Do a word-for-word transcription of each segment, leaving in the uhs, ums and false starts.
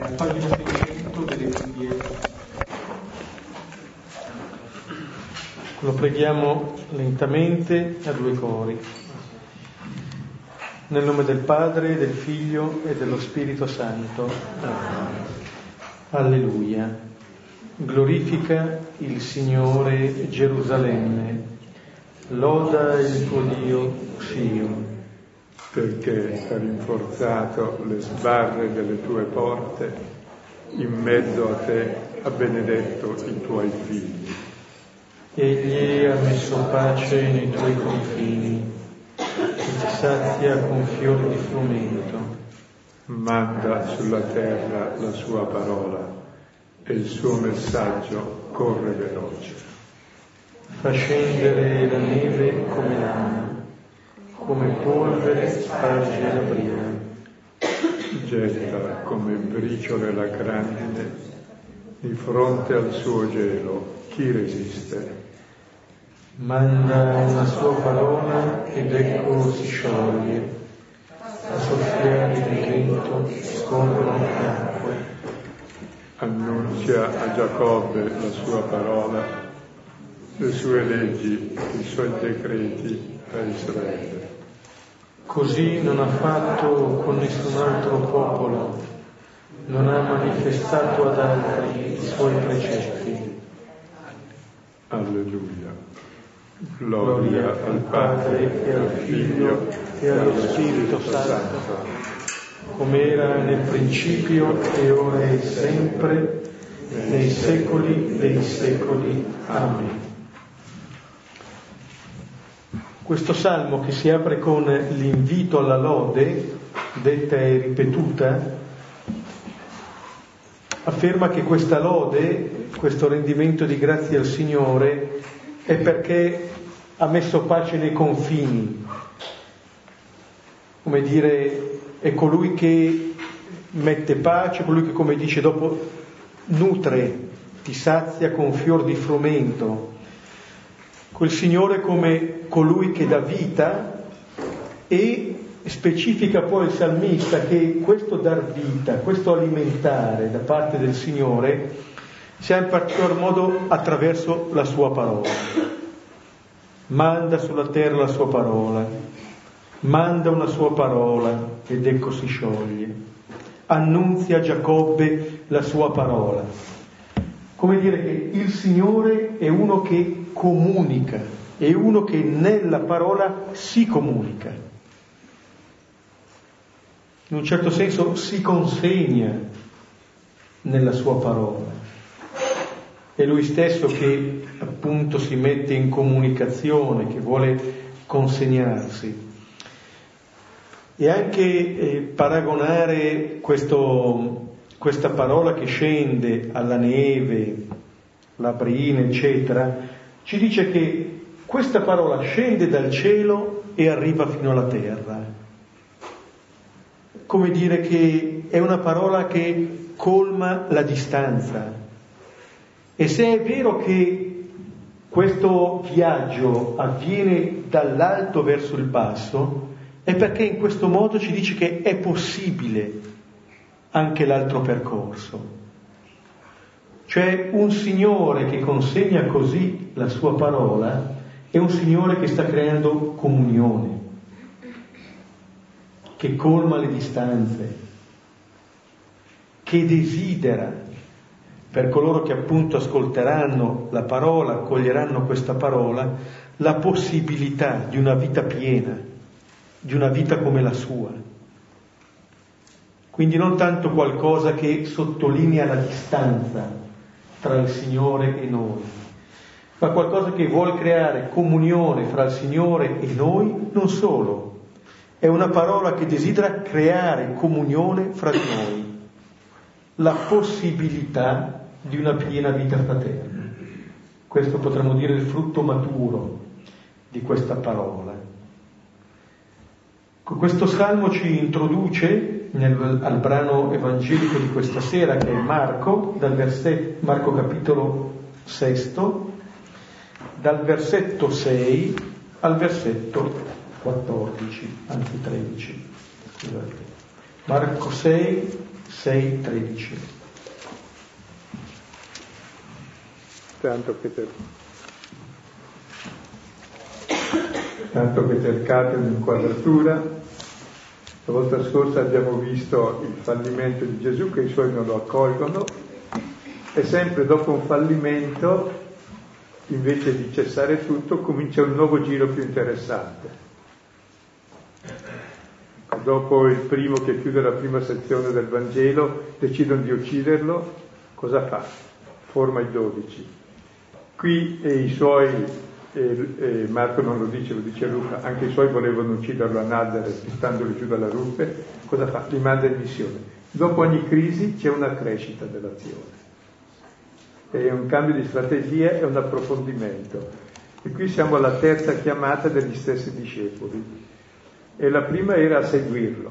pagina seicento delle Bibbie. Lo preghiamo lentamente a due cori. Nel nome del Padre, del Figlio e dello Spirito Santo. Amen. Alleluia. Glorifica il Signore Gerusalemme. Loda il tuo Dio Sion. Perché ha rinforzato le sbarre delle tue porte, in mezzo a te ha benedetto i tuoi figli. Egli ha messo pace nei tuoi confini, ti sazia con fiori di frumento. Manda sulla terra la sua parola e il suo messaggio corre veloce. Fa scendere la neve come lana, come polvere sparge la brina. Getta come briciole la grandine, di fronte al suo gelo chi resiste? Manda una sua parola ed ecco si scioglie, a soffiare di vento scorrono le acque. Annunzia a Giacobbe la sua parola, le sue leggi, i suoi decreti a Israele. Così non ha fatto con nessun altro popolo, non ha manifestato ad altri i suoi precetti. Alleluia. Gloria, Gloria al Padre e al Figlio e allo Spirito Santo, come era nel principio e ora e sempre, nei secoli dei secoli. Amen. Questo salmo, che si apre con l'invito alla lode, detta e ripetuta, afferma che questa lode, questo rendimento di grazie al Signore, è perché ha messo pace nei confini. Come dire, è colui che mette pace, colui che, come dice dopo, nutre, ti sazia con fior di frumento. Quel Signore come colui che dà vita, e specifica poi il salmista che questo dar vita, questo alimentare da parte del Signore sia in particolar modo attraverso la sua parola. Manda sulla terra la sua parola, manda una sua parola ed ecco si scioglie. Annunzia a Giacobbe la sua parola. Come dire che il Signore è uno che comunica, è uno che nella parola si comunica. In un certo senso si consegna nella sua parola. È lui stesso che appunto si mette in comunicazione, che vuole consegnarsi. E anche eh, paragonare questo, questa parola che scende alla neve, la brina, eccetera, ci dice che questa parola scende dal cielo e arriva fino alla terra. Come dire che è una parola che colma la distanza. E se è vero che questo viaggio avviene dall'alto verso il basso, è perché in questo modo ci dice che è possibile anche l'altro percorso. Cioè un Signore che consegna così la sua parola è un Signore che sta creando comunione, che colma le distanze, che desidera per coloro che appunto ascolteranno la parola, accoglieranno questa parola, la possibilità di una vita piena, di una vita come la sua. Quindi non tanto qualcosa che sottolinea la distanza tra il Signore e noi, ma qualcosa che vuole creare comunione fra il Signore e noi. Non solo, è una parola che desidera creare comunione fra di noi, la possibilità di una piena vita fraterna. Questo potremmo dire il frutto maturo di questa parola. Questo salmo ci introduce nel, al brano evangelico di questa sera, che è Marco, dal versetto, Marco capitolo sesto, dal versetto sei al versetto quattordici, anzi tredici. Scusate. Marco sei, sei tredici. Tanto che, per... Tanto che cercate un'inquadratura, la volta scorsa abbiamo visto il fallimento di Gesù, che i suoi non lo accolgono, e sempre dopo un fallimento, invece di cessare tutto, comincia un nuovo giro più interessante. Dopo il primo che chiude la prima sezione del Vangelo, decidono di ucciderlo, cosa fa? Forma i dodici. Qui eh, i suoi, eh, eh, Marco non lo dice, lo dice Luca, anche i suoi volevano ucciderlo a Nazareth, buttandolo giù dalla rupe, cosa fa? Li manda in missione. Dopo ogni crisi c'è una crescita dell'azione. È un cambio di strategia e un approfondimento. E qui siamo alla terza chiamata degli stessi discepoli. E la prima era a seguirlo.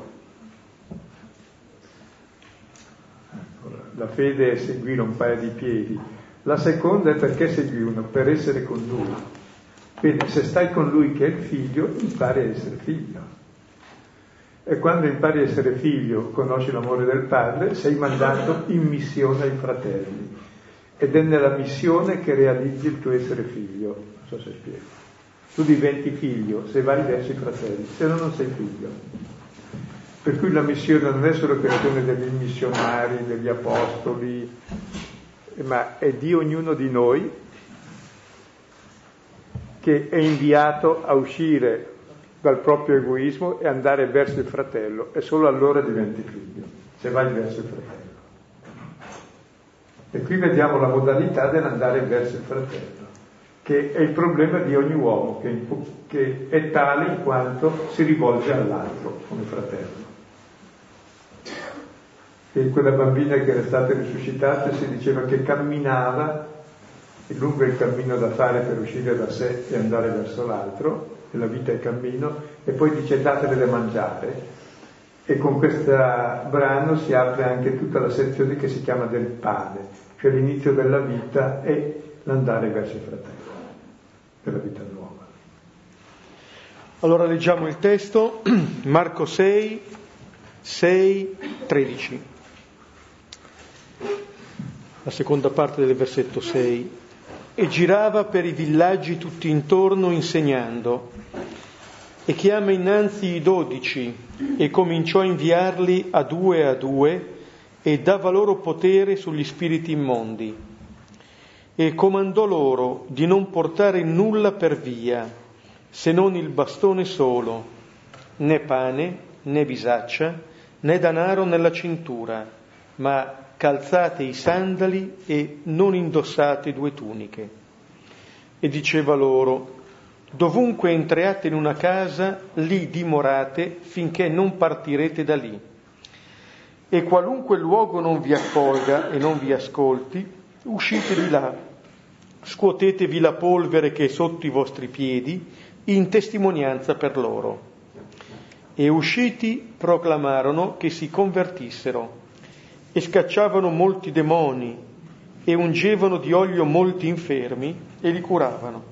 La fede è seguire un paio di piedi. La seconda è perché segui uno? Per essere con lui. Quindi se stai con lui che è il figlio, impari a essere figlio. E quando impari a essere figlio, conosci l'amore del padre, sei mandato in missione ai fratelli. Ed è nella missione che realizzi il tuo essere figlio. Non so se spiego. Tu diventi figlio se vai verso i fratelli, se no non sei figlio. Per cui la missione non è solo questione degli missionari, degli apostoli, ma è di ognuno di noi che è inviato a uscire dal proprio egoismo e andare verso il fratello, e solo allora diventi figlio, se vai verso il fratello. E qui vediamo la modalità dell'andare verso il fratello, che è il problema di ogni uomo, che, che è tale in quanto si rivolge all'altro come fratello. E quella bambina che era stata risuscitata si diceva che camminava, e lungo il cammino da fare per uscire da sé e andare verso l'altro, e la vita è cammino, e poi dice datele da mangiare, e con questo brano si apre anche tutta la sezione che si chiama del pane, cioè l'inizio della vita è l'andare verso il fratello. La vita nuova. Allora leggiamo il testo, Marco sei, sei, tredici. La seconda parte del versetto sei. E girava per i villaggi tutti intorno insegnando, e chiama innanzi i dodici, e cominciò a inviarli a due a due, e dava loro potere sugli spiriti immondi. E comandò loro di non portare nulla per via, se non il bastone solo, né pane, né bisaccia, né denaro nella cintura, ma calzate i sandali e non indossate due tuniche. E diceva loro: dovunque entriate in una casa, lì dimorate finché non partirete da lì. E qualunque luogo non vi accolga e non vi ascolti, uscite di là, scuotetevi la polvere che è sotto i vostri piedi, in testimonianza per loro. E usciti proclamarono che si convertissero, e scacciavano molti demoni, e ungevano di olio molti infermi, e li curavano.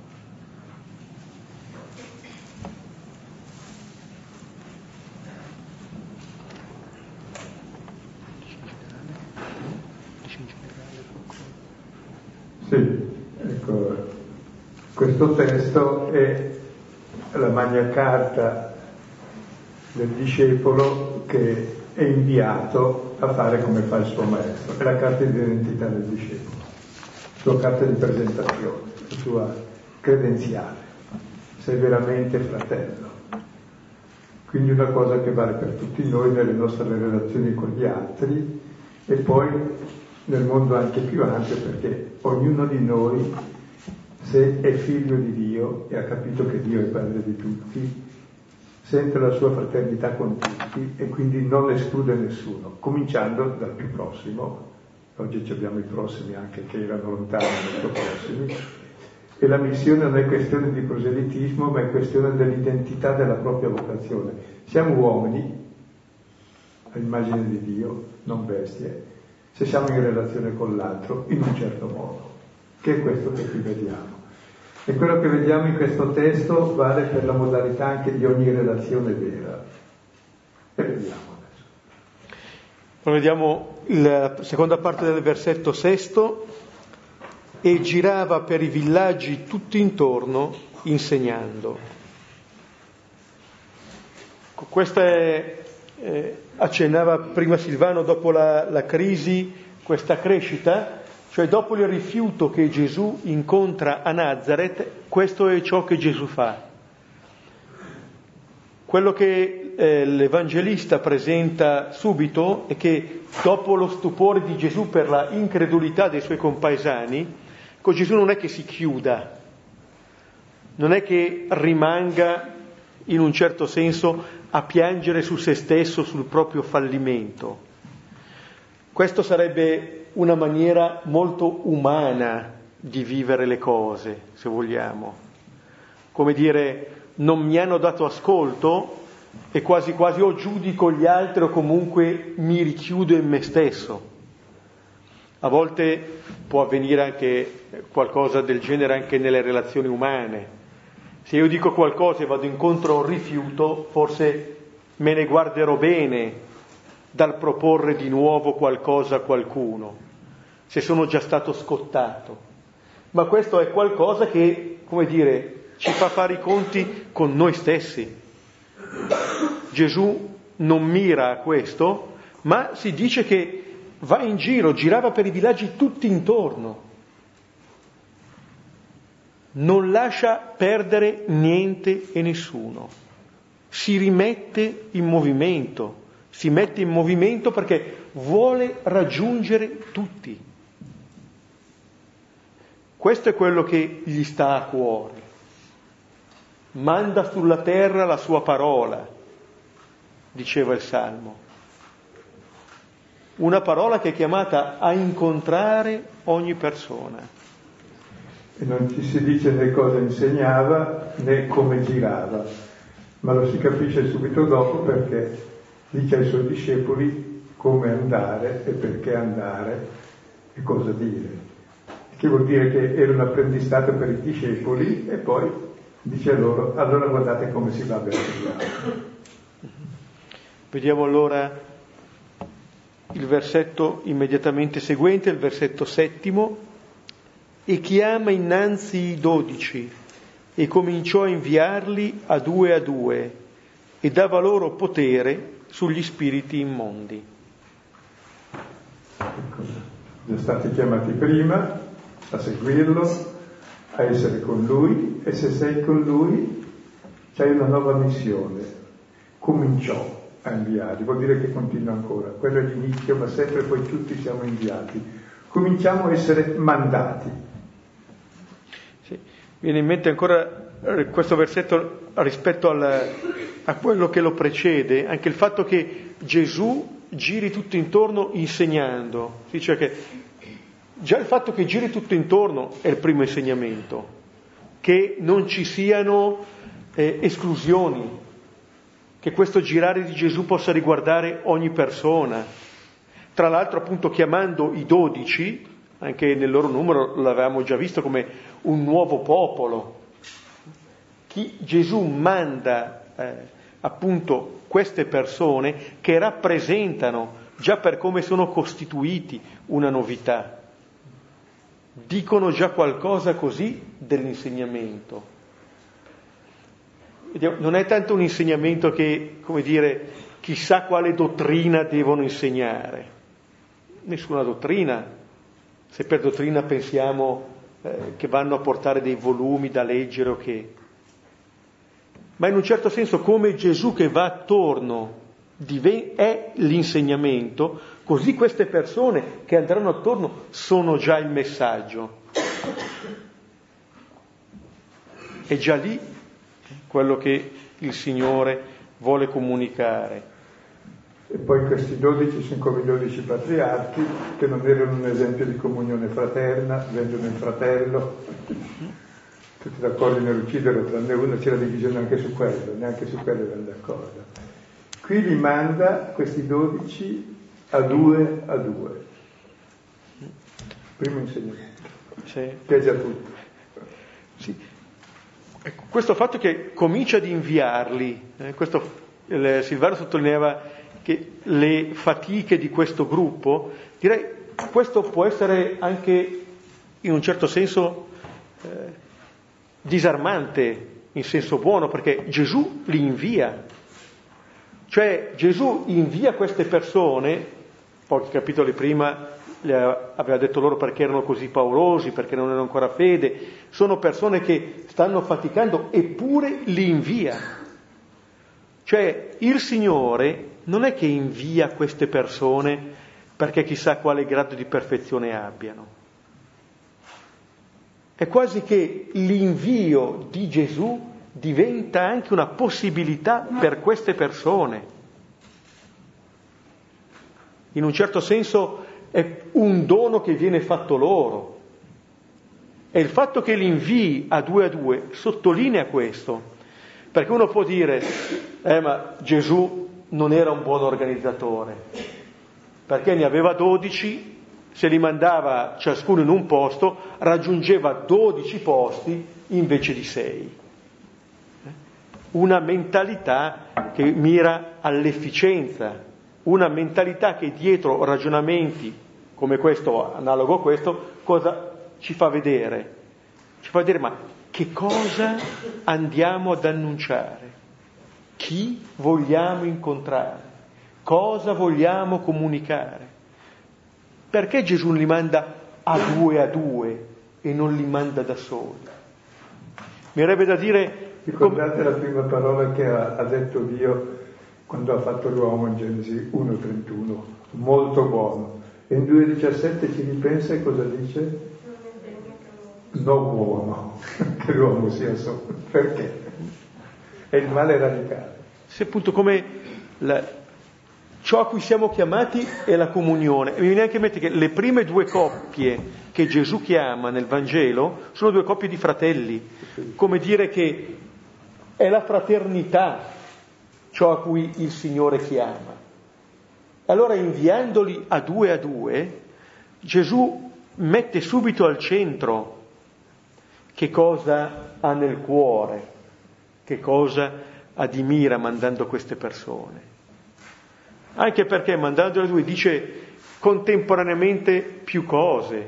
Sì. Ecco, questo testo è la Magna Carta del discepolo che è inviato a fare come fa il suo maestro, è la carta di identità del discepolo, la sua carta di presentazione, la sua credenziale, sei veramente fratello. Quindi una cosa che vale per tutti noi nelle nostre relazioni con gli altri e poi nel mondo anche più ampio, perché ognuno di noi, se è figlio di Dio e ha capito che Dio è padre di tutti, sente la sua fraternità con tutti e quindi non esclude nessuno, cominciando dal più prossimo. Oggi abbiamo i prossimi anche che erano lontani, molto prossimi, e la missione non è questione di proselitismo, ma è questione dell'identità della propria vocazione. Siamo uomini all'immagine di Dio, non bestie, se siamo in relazione con l'altro in un certo modo, che è questo che qui vediamo. E quello che vediamo in questo testo vale per la modalità anche di ogni relazione vera. E vediamo adesso. Allora vediamo la seconda parte del versetto sesto. E girava per i villaggi tutti intorno insegnando. Questa è, eh, accennava prima Silvano, dopo la, la crisi, questa crescita, cioè dopo il rifiuto che Gesù incontra a Nazareth, questo è ciò che Gesù fa. Quello che eh, l'Evangelista presenta subito è che dopo lo stupore di Gesù per la incredulità dei suoi compaesani, con Gesù non è che si chiuda, non è che rimanga in un certo senso a piangere su se stesso, sul proprio fallimento. Questo sarebbe una maniera molto umana di vivere le cose, se vogliamo. Come dire, non mi hanno dato ascolto e quasi quasi o giudico gli altri o comunque mi richiudo in me stesso. A volte può avvenire anche qualcosa del genere anche nelle relazioni umane. Se io dico qualcosa e vado incontro a un rifiuto, forse me ne guarderò bene dal proporre di nuovo qualcosa a qualcuno, se sono già stato scottato. Ma questo è qualcosa che, come dire, ci fa fare i conti con noi stessi. Gesù non mira a questo, ma si dice che va in giro, girava per i villaggi tutti intorno. Non lascia perdere niente e nessuno. Si rimette in movimento, si mette in movimento perché vuole raggiungere tutti. Questo è quello che gli sta a cuore. Manda sulla terra la sua parola, diceva il Salmo. Una parola che è chiamata a incontrare ogni persona. E non ci si dice né cosa insegnava né come girava, ma lo si capisce subito dopo perché dice ai suoi discepoli come andare e perché andare e cosa dire. Che vuol dire che era un apprendistato per i discepoli e poi dice loro, allora guardate come si va verso gli altri. Vediamo allora il versetto immediatamente seguente, il versetto settimo, e chiama innanzi i dodici e cominciò a inviarli a due a due e dava loro potere sugli spiriti immondi. Ecco, sono stati chiamati prima a seguirlo, a essere con lui e se sei con lui c'hai una nuova missione. Cominciò a inviarli, vuol dire che continua ancora, quello è l'inizio, ma sempre poi tutti siamo inviati. Cominciamo a essere mandati. Sì. Viene in mente ancora questo versetto rispetto al, a quello che lo precede, anche il fatto che Gesù giri tutto intorno insegnando. Si dice che già il fatto che giri tutto intorno è il primo insegnamento, che non ci siano eh, esclusioni, che questo girare di Gesù possa riguardare ogni persona. Tra l'altro appunto chiamando i dodici, anche nel loro numero l'avevamo già visto come un nuovo popolo. Chi Gesù manda eh, appunto queste persone che rappresentano, già per come sono costituiti, una novità. Dicono già qualcosa così dell'insegnamento. Non è tanto un insegnamento che, come dire, chissà quale dottrina devono insegnare. Nessuna dottrina. Se per dottrina pensiamo eh, che vanno a portare dei volumi da leggere o che. Ma in un certo senso come Gesù che va attorno è l'insegnamento, così queste persone che andranno attorno sono già il messaggio. È già lì quello che il Signore vuole comunicare. E poi questi dodici sono come i dodici patriarchi che non erano un esempio di comunione fraterna, vendono il fratello, tutti d'accordo nell'ucciderlo, tranne uno, c'era divisione anche su quello, neanche su quello erano d'accordo. Qui li manda questi dodici a due a due. Primo insegnamento, sì. Che è già tutto. Sì. Questo fatto che comincia ad inviarli, eh, questo il Silvano sottolineava che le fatiche di questo gruppo, direi questo può essere anche in un certo senso eh, disarmante, in senso buono, perché Gesù li invia. Cioè Gesù invia queste persone, pochi capitoli prima aveva detto loro perché erano così paurosi, perché non avevano ancora fede, sono persone che stanno faticando, eppure li invia. Cioè il Signore non è che invia queste persone perché chissà quale grado di perfezione abbiano. È quasi che l'invio di Gesù diventa anche una possibilità per queste persone. In un certo senso è un dono che viene fatto loro. E il fatto che li invii a due a due sottolinea questo. Perché uno può dire, eh ma Gesù non era un buon organizzatore, perché ne aveva dodici, se li mandava ciascuno in un posto, raggiungeva dodici posti invece di sei. Una mentalità che mira all'efficienza, una mentalità che dietro ragionamenti come questo, analogo a questo, cosa ci fa vedere? Ci fa vedere, ma che cosa andiamo ad annunciare? Chi vogliamo incontrare? Cosa vogliamo comunicare? Perché Gesù li manda a due a due e non li manda da soli? Mi avrebbe da dire... Ricordate la prima parola che ha, ha detto Dio quando ha fatto l'uomo in Genesi uno trentuno, molto buono. E in due diciassette ci ripensa e cosa dice? Non buono, che l'uomo sia solo. Perché? È il male radicale. Se appunto come la, ciò a cui siamo chiamati è la comunione. E mi viene anche in mente che le prime due coppie che Gesù chiama nel Vangelo sono due coppie di fratelli, come dire che è la fraternità ciò a cui il Signore chiama. Allora inviandoli a due a due, Gesù mette subito al centro che cosa ha nel cuore, che cosa ha di mira mandando queste persone. Anche perché mandandole a due dice contemporaneamente più cose.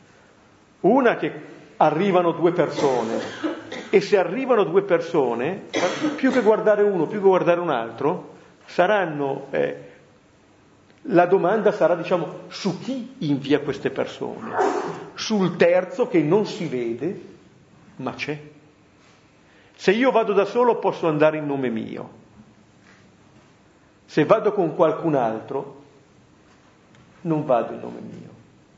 Una che arrivano due persone, e se arrivano due persone, più che guardare uno, più che guardare un altro, saranno, eh, la domanda sarà, diciamo, su chi invia queste persone, sul terzo che non si vede, ma c'è. Se io vado da solo posso andare in nome mio, se vado con qualcun altro non vado in nome mio.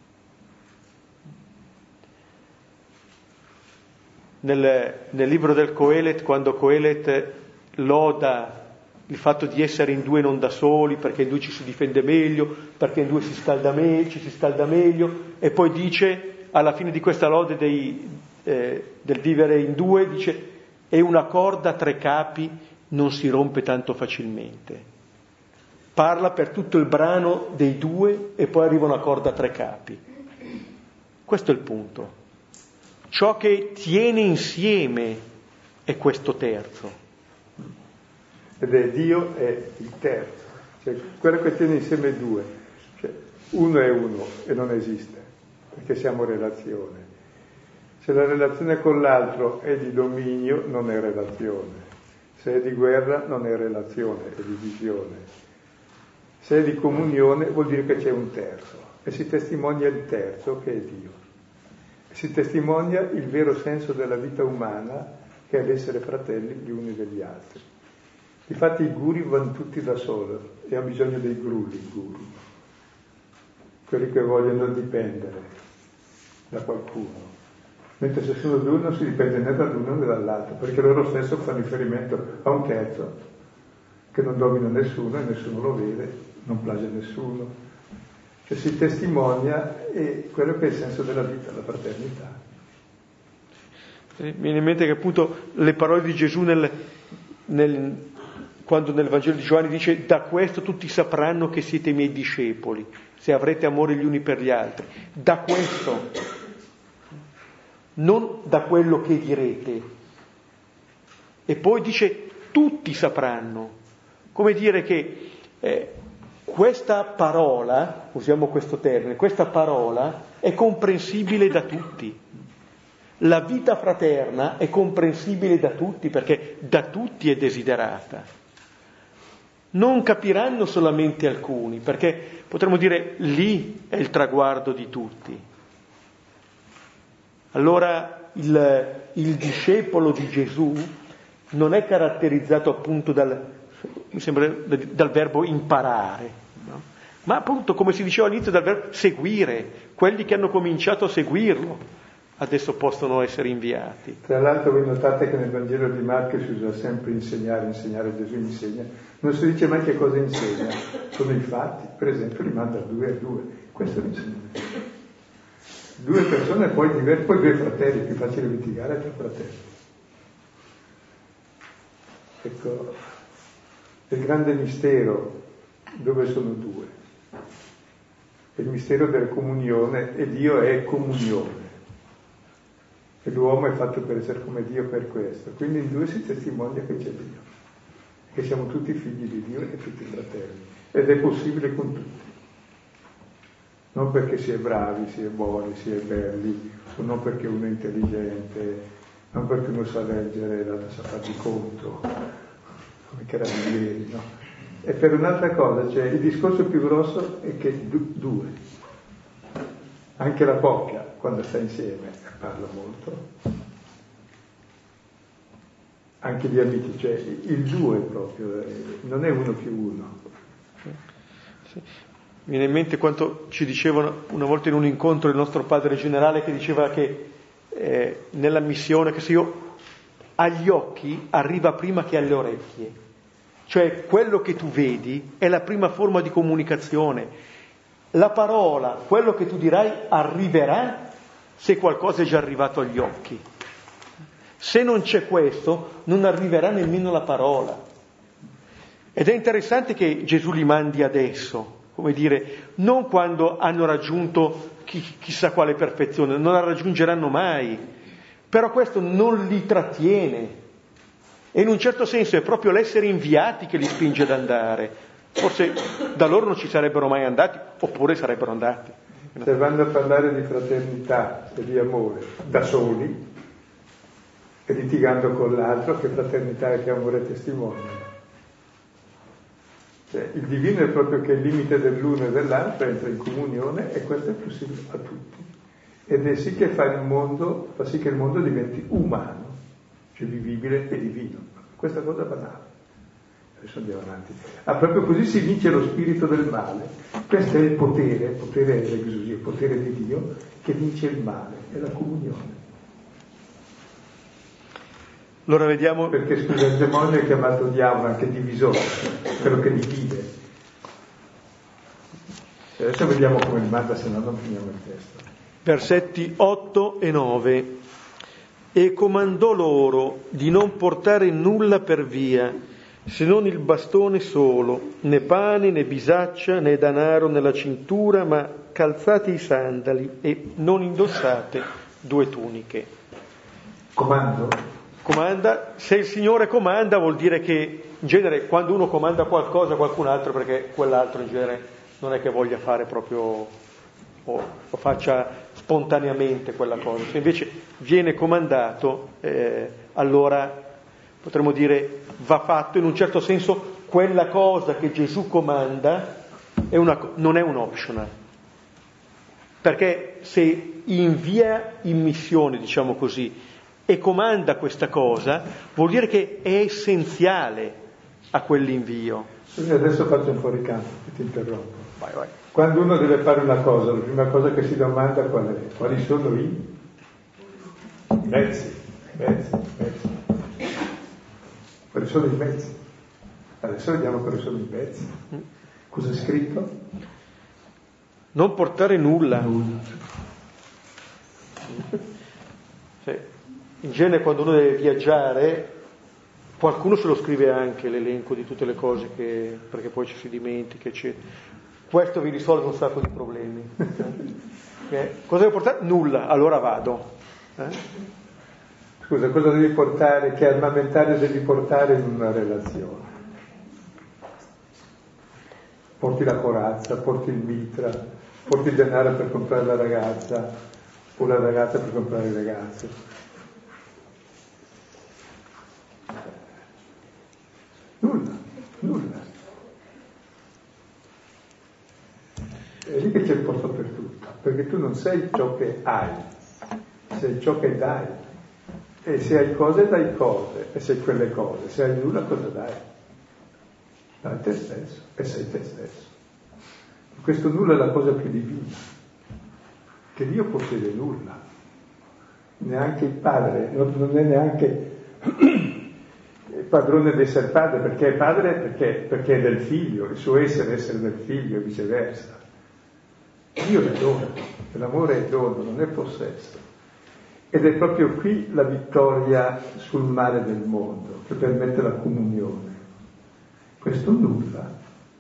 Nel, nel libro del Coelet, quando Coelet loda il fatto di essere in due non da soli, perché in due ci si difende meglio, perché in due si scalda me- ci si scalda meglio, e poi dice, alla fine di questa lode dei, eh, del vivere in due, dice, e una corda a tre capi non si rompe tanto facilmente. Parla per tutto il brano dei due e poi arriva una corda a tre capi. Questo è il punto. Ciò che tiene insieme è questo terzo. Ed è Dio è il terzo, cioè quello che tiene insieme due. Cioè, uno è uno e non esiste, perché siamo relazione. Se la relazione con l'altro è di dominio, non è relazione. Se è di guerra, non è relazione, è divisione. Se è di comunione, vuol dire che c'è un terzo, e si testimonia il terzo, che è Dio. Si testimonia il vero senso della vita umana, che è l'essere fratelli gli uni degli altri. Difatti i guru vanno tutti da solo e hanno bisogno dei grulli, i guru, quelli che vogliono dipendere da qualcuno. Mentre se sono due non si dipende né dall'uno né dall'altro, perché loro stesso fanno riferimento a un terzo che non domina nessuno e nessuno lo vede, non piace a nessuno. Cioè si testimonia e quello che è il senso della vita, la fraternità. Mi viene in mente che appunto le parole di Gesù nel, nel, quando nel Vangelo di Giovanni dice da questo tutti sapranno che siete i miei discepoli, se avrete amore gli uni per gli altri. Da questo, non da quello che direte. E poi dice tutti sapranno, come dire che eh, questa parola, usiamo questo termine, questa parola è comprensibile da tutti. La vita fraterna è comprensibile da tutti perché da tutti è desiderata. Non capiranno solamente alcuni, perché potremmo dire lì è il traguardo di tutti. Allora il, il discepolo di Gesù non è caratterizzato appunto dal, mi sembra, dal verbo imparare, no? Ma appunto, come si diceva all'inizio, dal verbo seguire. Quelli che hanno cominciato a seguirlo adesso possono essere inviati. Tra l'altro voi notate che nel Vangelo di Marco si usa sempre insegnare, insegnare, Gesù insegna, non si dice mai che cosa insegna, sono i fatti, per esempio li manda due a due, questo è l'insegnamento. Due persone poi diverse, poi due fratelli, più facile litigare tra fratelli. Ecco, il grande mistero dove sono due, è il mistero della comunione, e Dio è comunione. E l'uomo è fatto per essere come Dio per questo. Quindi in due si testimonia che c'è Dio, che siamo tutti figli di Dio e tutti fratelli. Ed è possibile con tutti. Non perché si è bravi, si è buoni, si è belli, o non perché uno è intelligente, non perché uno sa leggere, l'altro sa fare di conto, come i carabinieri, no? E per un'altra cosa, cioè il discorso più grosso è che du- due, anche la coppia, quando sta insieme, parla molto, anche gli amici, cioè il due proprio, non è uno più uno. Sì. Mi viene in mente quanto ci dicevano una volta in un incontro il nostro padre generale, che diceva che eh, nella missione, che se io agli occhi arriva prima che alle orecchie, cioè quello che tu vedi è la prima forma di comunicazione. La parola, quello che tu dirai, arriverà se qualcosa è già arrivato agli occhi. Se non c'è questo, non arriverà nemmeno la parola. Ed è interessante che Gesù li mandi adesso, come dire, non quando hanno raggiunto chi, chissà quale perfezione, non la raggiungeranno mai, però questo non li trattiene. E in un certo senso è proprio l'essere inviati che li spinge ad andare. Forse da loro non ci sarebbero mai andati, oppure sarebbero andati. Se vanno a parlare di fraternità e di amore da soli, e litigando con l'altro, che fraternità e che amore testimoniano. Cioè, il divino è proprio che il limite dell'uno e dell'altro entra in comunione, e questo è possibile a tutti. Ed è sì che fa il mondo, fa sì che il mondo diventi umano, cioè vivibile e divino. Questa cosa banale. Adesso andiamo avanti. Ah, proprio così si vince lo spirito del male. Questo è il potere, il potere dell'exousia, il potere di Dio che vince il male, è la comunione. Allora vediamo... Perché scusa, il demonio è chiamato diavolo, anche divisore, quello che divide. E adesso vediamo come li manda, se no non finiamo il testo. Versetti otto e nove. E comandò loro di non portare nulla per via, se non il bastone solo, né pane, né bisaccia, né danaro nella cintura, ma calzate i sandali e non indossate due tuniche. Comando? Comanda, se il Signore comanda vuol dire che in genere quando uno comanda qualcosa a qualcun altro, perché quell'altro in genere non è che voglia fare proprio o, o faccia spontaneamente quella cosa, se invece viene comandato, eh, allora potremmo dire va fatto. In un certo senso quella cosa che Gesù comanda è una, non è un optional, perché se invia in missione, diciamo così, e comanda questa cosa, vuol dire che è essenziale a quell'invio. Adesso faccio un fuoricampo, ti interrompo. Vai, vai. Quando uno deve fare una cosa, la prima cosa che si domanda qual è? Quali sono i mezzi? Mezzi, mezzi. Quali sono i mezzi? Adesso vediamo quali sono i mezzi. Cosa è scritto? Non portare nulla. Nulla. Cioè, in genere quando uno deve viaggiare, qualcuno se lo scrive anche l'elenco di tutte le cose, che, perché poi ci si dimentica, eccetera. Questo vi risolve un sacco di problemi. Eh? Cosa devo portare? Nulla, allora vado. Eh? Scusa, cosa devi portare, che armamentario devi portare in una relazione? porti la corazza, porti il mitra, porti il denaro per comprare la ragazza o la ragazza per comprare il ragazzo. Nulla, nulla. È lì che c'è il posto per tutto, perché tu non sei ciò che hai, sei ciò che dai. E se hai cose dai cose, e sei quelle cose, se hai nulla cosa dai? Dai te stesso, e sei te stesso. Questo nulla è la cosa più divina, che Dio possiede nulla, neanche il Padre, non, non è neanche il padrone di essere padre, perché è padre perché, perché è del figlio, il suo essere è essere del figlio e viceversa. Dio è dono, l'amore è dono, non è possesso. Ed è proprio qui la vittoria sul male del mondo, che permette la comunione. Questo nulla,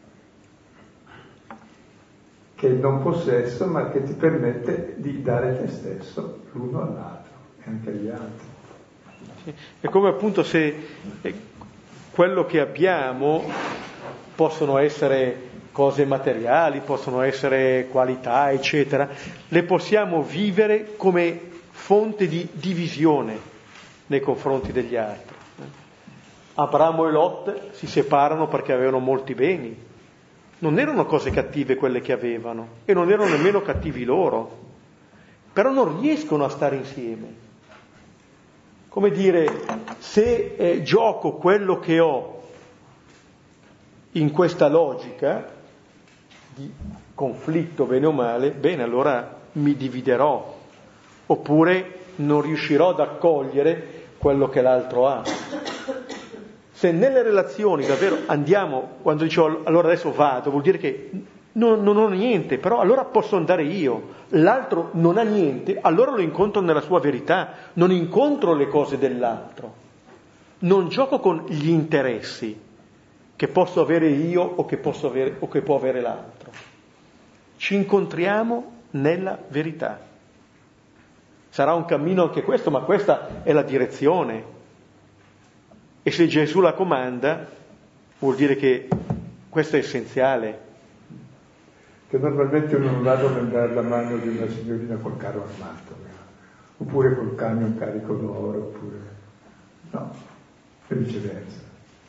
che è il non possesso, ma che ti permette di dare te stesso l'uno all'altro e anche agli altri. Sì, è come appunto se quello che abbiamo possono essere cose materiali, possono essere qualità, eccetera, le possiamo vivere come fonte di divisione nei confronti degli altri. Abramo e Lot si separano perché avevano molti beni. Non erano cose cattive quelle che avevano e non erano nemmeno cattivi loro, però non riescono a stare insieme. Come dire, se eh, gioco quello che ho in questa logica di conflitto bene o male, bene, allora mi dividerò, oppure non riuscirò ad accogliere quello che l'altro ha. Se nelle relazioni davvero andiamo, quando dicevo allora adesso vado, vuol dire che non, non ho niente, però allora posso andare io, l'altro non ha niente, allora lo incontro nella sua verità, non incontro le cose dell'altro, non gioco con gli interessi che posso avere io o che posso avere o che può avere l'altro. Ci incontriamo nella verità. Sarà un cammino anche questo, ma questa è la direzione. E se Gesù la comanda, vuol dire che questo è essenziale. Che normalmente uno non va a dare la mano di una signorina col carro armato, oppure col camion carico d'oro, oppure... no, e viceversa.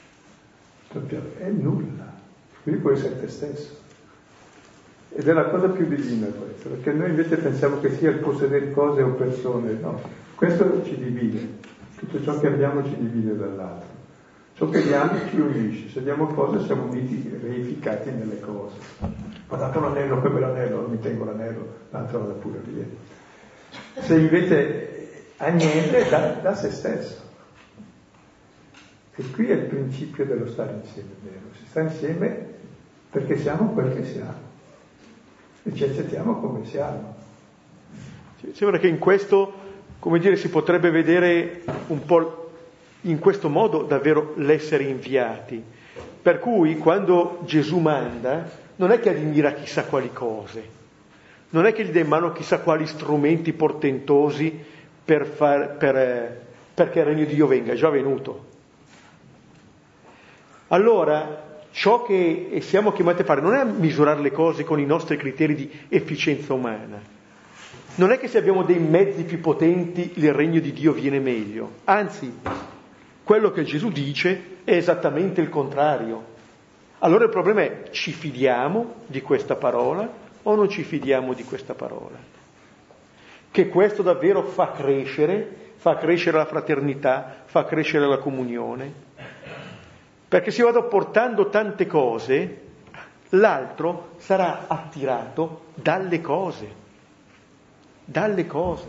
È nulla, quindi puoi essere te stesso. Ed è la cosa più divina questa, perché noi invece pensiamo che sia il possedere cose o persone, no, questo ci divide, tutto ciò che abbiamo ci divide dall'altro, ciò che diamo ci unisce, se diamo cose siamo uniti, reificati nelle cose. Ho dato l'anello, quel bell'anello, non mi tengo l'anello, l'altro vada pure via. Se invece ha niente, dà, dà se stesso. E qui è il principio dello stare insieme, vero? Si sta insieme perché siamo quel che siamo. E ci accettiamo come siamo. Sembra che in questo, come dire, si potrebbe vedere un po' in questo modo davvero l'essere inviati. Per cui quando Gesù manda, non è che ammira chissà quali cose, non è che gli dà in mano chissà quali strumenti portentosi per far, per, perché il regno di Dio venga, è già venuto. Allora, ciò che siamo chiamati a fare non è a misurare le cose con i nostri criteri di efficienza umana. Non è che se abbiamo dei mezzi più potenti il regno di Dio viene meglio. Anzi, quello che Gesù dice è esattamente il contrario. Allora il problema è: ci fidiamo di questa parola o non ci fidiamo di questa parola? Che questo davvero fa crescere, fa crescere la fraternità, fa crescere la comunione. Perché se vado portando tante cose, l'altro sarà attirato dalle cose, dalle cose.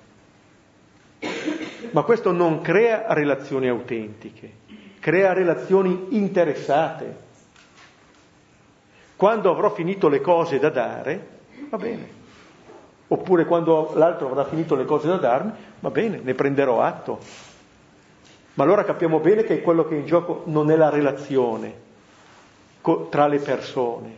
Ma questo non crea relazioni autentiche, crea relazioni interessate. Quando avrò finito le cose da dare, va bene. Oppure quando l'altro avrà finito le cose da darmi, va bene, ne prenderò atto. Ma allora capiamo bene che quello che è in gioco non è la relazione co- tra le persone,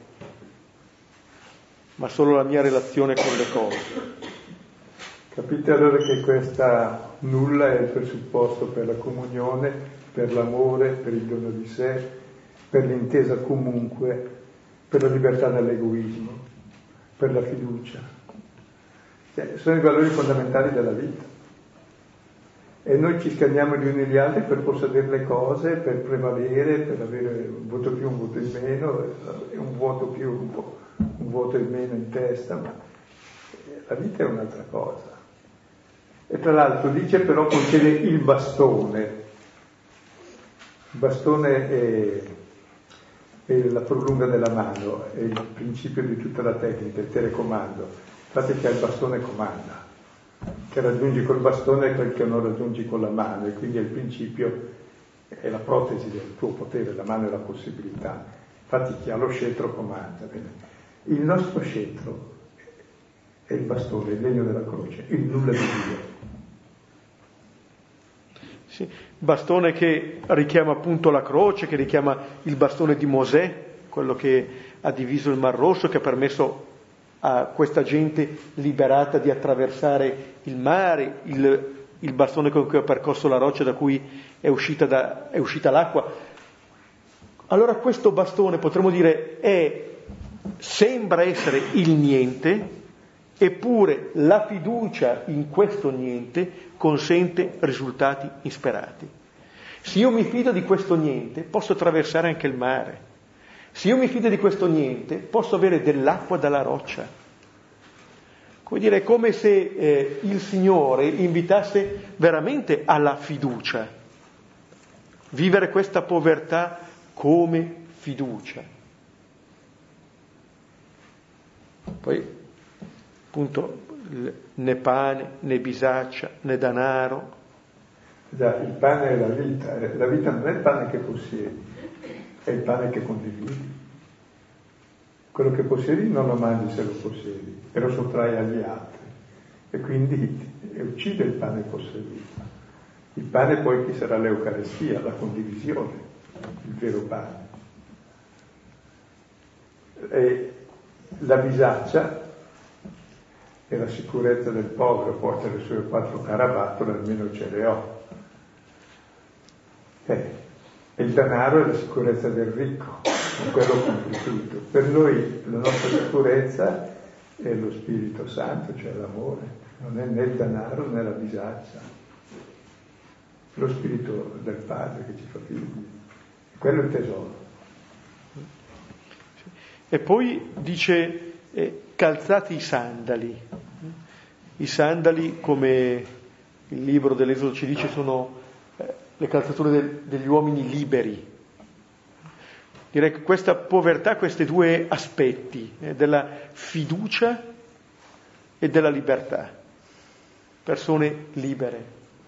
ma solo la mia relazione con le cose. Capite allora che questa nulla è il presupposto per la comunione, per l'amore, per il dono di sé, per l'intesa comunque per la libertà dall'egoismo, per la fiducia. Cioè, sono i valori fondamentali della vita. E noi ci scanniamo gli uni gli altri per possedere le cose, per prevalere, per avere un voto più, un voto in meno, un voto più, un, vo- un voto in meno in testa, ma la vita è un'altra cosa. E tra l'altro dice però concede il bastone. Il bastone è, è la prolunga della mano, è il principio di tutta la tecnica, il telecomando. Infatti che il bastone comanda, che raggiungi col bastone è quel che non raggiungi con la mano, e quindi è il principio, è la protesi del tuo potere, la mano è la possibilità. Infatti chi ha lo scettro comanda. Bene. Il nostro scettro è il bastone, il legno della croce, il nulla di Dio. Sì, bastone che richiama appunto la croce, che richiama il bastone di Mosè, quello che ha diviso il Mar Rosso, che ha permesso a questa gente liberata di attraversare il mare, il, il bastone con cui ha percorso la roccia da cui è uscita, da, è uscita l'acqua. Allora questo bastone, potremmo dire, è, sembra essere il niente, eppure la fiducia in questo niente consente risultati insperati. Se io mi fido di questo niente, posso attraversare anche il mare. Se io mi fido di questo niente, posso avere dell'acqua dalla roccia. Come dire, è come se eh, il Signore invitasse veramente alla fiducia. Vivere questa povertà come fiducia. Poi, appunto, né pane, né bisaccia, né denaro. Già, il pane è la vita. La vita non è il pane che possiedi, è il pane che condividi. Quello che possiedi non lo mangi se lo possiedi, e lo sottrai agli altri. E quindi uccide il pane posseduto. Il pane poi che sarà l'Eucaristia, la condivisione, il vero pane. E la bisaccia è la sicurezza del povero, porta le sue quattro carabattole, almeno ce le ho. Eh, e il denaro è la sicurezza del ricco, è quello compie tutto. Per noi la nostra sicurezza è lo Spirito Santo, cioè l'amore, non è né il denaro né la bisaccia, lo Spirito del Padre che ci fa figli, quello è il tesoro. E poi dice eh, calzati i sandali. I sandali, come il libro dell'Esodo ci dice, sono eh, le calzature del, degli uomini liberi. Direi che questa povertà, questi due aspetti, eh, della fiducia e della libertà, persone libere.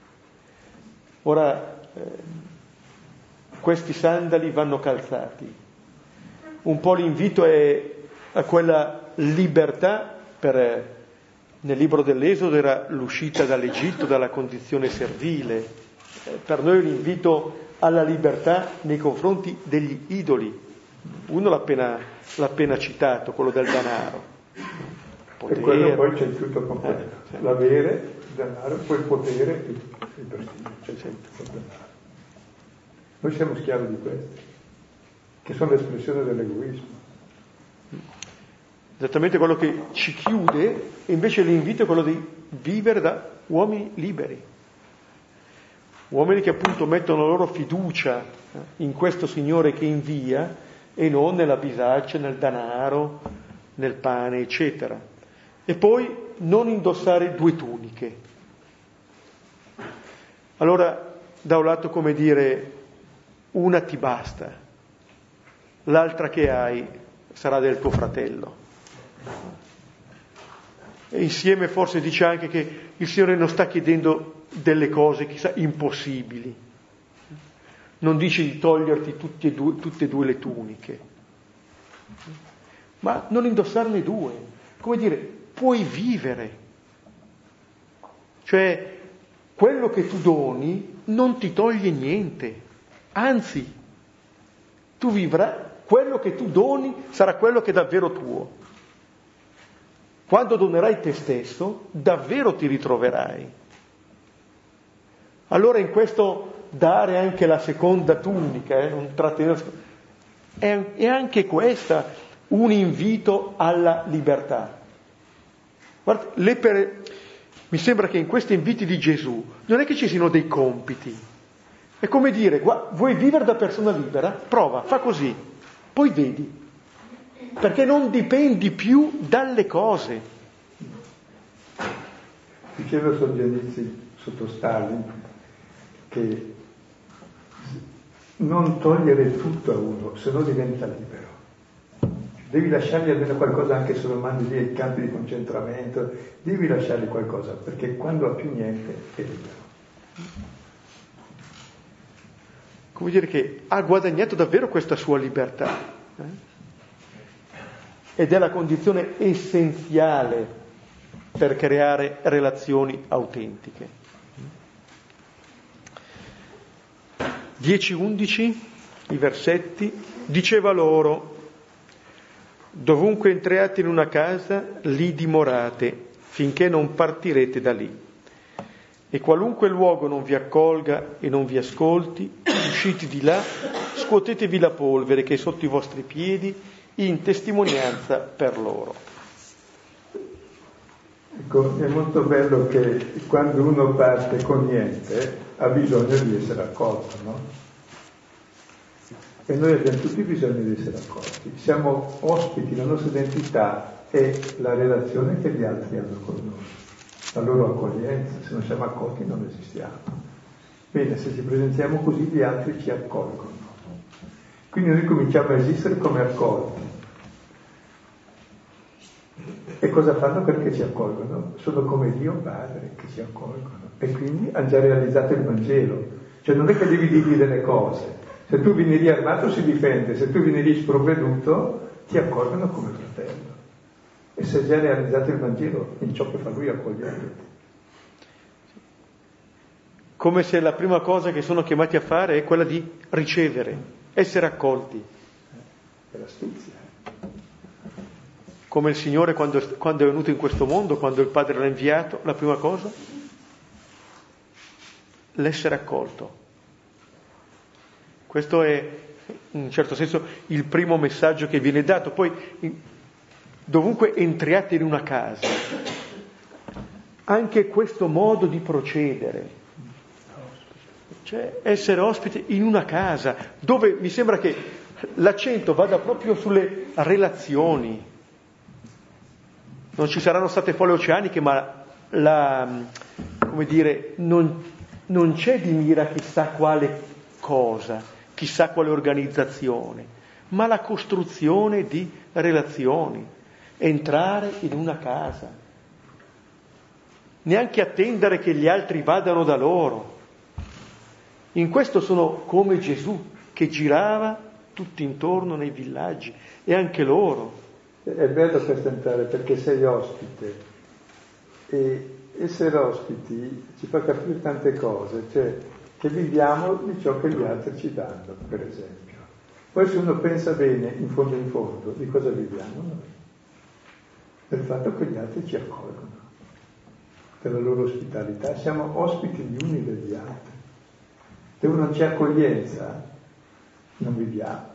Ora, eh, questi sandali vanno calzati. Un po' l'invito è a quella libertà, per, nel libro dell'Esodo era l'uscita dall'Egitto, dalla condizione servile. Eh, per noi l'invito alla libertà nei confronti degli idoli. Uno l'ha appena, l'ha appena citato, quello del denaro. Potere. E quello poi c'è tutto completo. Eh, sì. L'avere, il denaro, poi il potere e il prestigio. C'è tutto il denaro. Noi siamo schiavi di questi, che sono l'espressione dell'egoismo. Esattamente quello che ci chiude, e invece l'invito è quello di vivere da uomini liberi. Uomini che appunto mettono la loro fiducia in questo Signore che invia e non nella bisaccia, nel denaro, nel pane, eccetera. E poi non indossare due tuniche. Allora, da un lato, come dire, una ti basta, l'altra che hai sarà del tuo fratello. E insieme forse dice anche che il Signore non sta chiedendo delle cose, chissà, impossibili. Non dice di toglierti tutte e due, tutte e due le tuniche, ma non indossarne due. Come dire, puoi vivere. Cioè, quello che tu doni non ti toglie niente, anzi, tu vivrai, quello che tu doni sarà quello che è davvero tuo. Quando donerai te stesso, davvero ti ritroverai. Allora in questo dare anche la seconda tunica, eh, non trattenere, è, è anche questa un invito alla libertà. Guarda, le per... mi sembra che in questi inviti di Gesù non è che ci siano dei compiti, è come dire, guarda, vuoi vivere da persona libera? Prova, fa così, poi vedi, perché non dipendi più dalle cose. Diceva Solzhenitsyn sotto Stalin che non togliere tutto a uno, se no diventa libero. Devi lasciargli almeno qualcosa, anche se lo mandi lì ai campi di concentramento, devi lasciargli qualcosa, perché quando ha più niente è libero. Come dire che ha guadagnato davvero questa sua libertà, eh? Ed è la condizione essenziale per creare relazioni autentiche. dieci undici, i versetti, diceva loro: dovunque entriate in una casa, lì dimorate, finché non partirete da lì. E qualunque luogo non vi accolga e non vi ascolti, uscite di là, scuotetevi la polvere che è sotto i vostri piedi, in testimonianza per loro. Ecco, è molto bello che quando uno parte con niente ha bisogno di essere accolto, no? E noi abbiamo tutti bisogno di essere accolti. Siamo ospiti, la nostra identità è la relazione che gli altri hanno con noi, la loro accoglienza. Se non siamo accolti non esistiamo. Bene, se ci presentiamo così gli altri ci accolgono. Quindi noi cominciamo a esistere come accolti. E cosa fanno perché ci accolgono? Sono come Dio Padre che ci accolgono. E quindi hanno già realizzato il Vangelo. Cioè non è che devi dirgli delle cose. Se tu vieni lì armato si difende, se tu vieni lì sprovveduto ti accolgono come fratello. E se hai già realizzato il Vangelo in ciò che fa lui accogliendoti. Come se la prima cosa che sono chiamati a fare è quella di ricevere, essere accolti. È l'astuzia. Come il Signore quando, quando è venuto in questo mondo, quando il Padre l'ha inviato, la prima cosa? L'essere accolto. Questo è, in un certo senso, il primo messaggio che viene dato. Poi, in, dovunque entriate in una casa, anche questo modo di procedere, cioè essere ospite in una casa, dove mi sembra che l'accento vada proprio sulle relazioni. Non ci saranno state folle oceaniche, ma la, come dire, non, non c'è di mira chissà quale cosa, chissà quale organizzazione, ma la costruzione di relazioni, entrare in una casa, neanche attendere che gli altri vadano da loro. In questo sono come Gesù, che girava tutti intorno nei villaggi, e anche loro. È bello questo entrare perché sei ospite e essere ospiti ci fa capire tante cose, cioè che viviamo di ciò che gli altri ci danno, per esempio. Poi se uno pensa bene, in fondo in fondo, di cosa viviamo noi? Del fatto che gli altri ci accolgono, della loro ospitalità, siamo ospiti gli uni degli altri. Se uno non c'è accoglienza, non viviamo.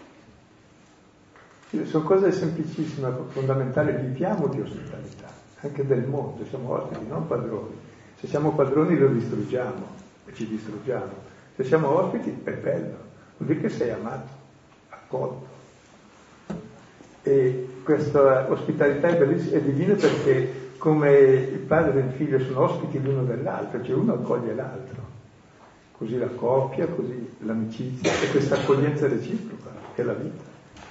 Sono cose semplicissime, fondamentali, viviamo di ospitalità, anche del mondo, siamo ospiti, non padroni. Se siamo padroni lo distruggiamo e ci distruggiamo. Se siamo ospiti è bello, vuol dire che sei amato, accolto. E questa ospitalità è bellissima, è divina perché come il padre e il figlio sono ospiti l'uno dell'altro, cioè uno accoglie l'altro. Così la coppia, così l'amicizia, e questa accoglienza reciproca è la vita.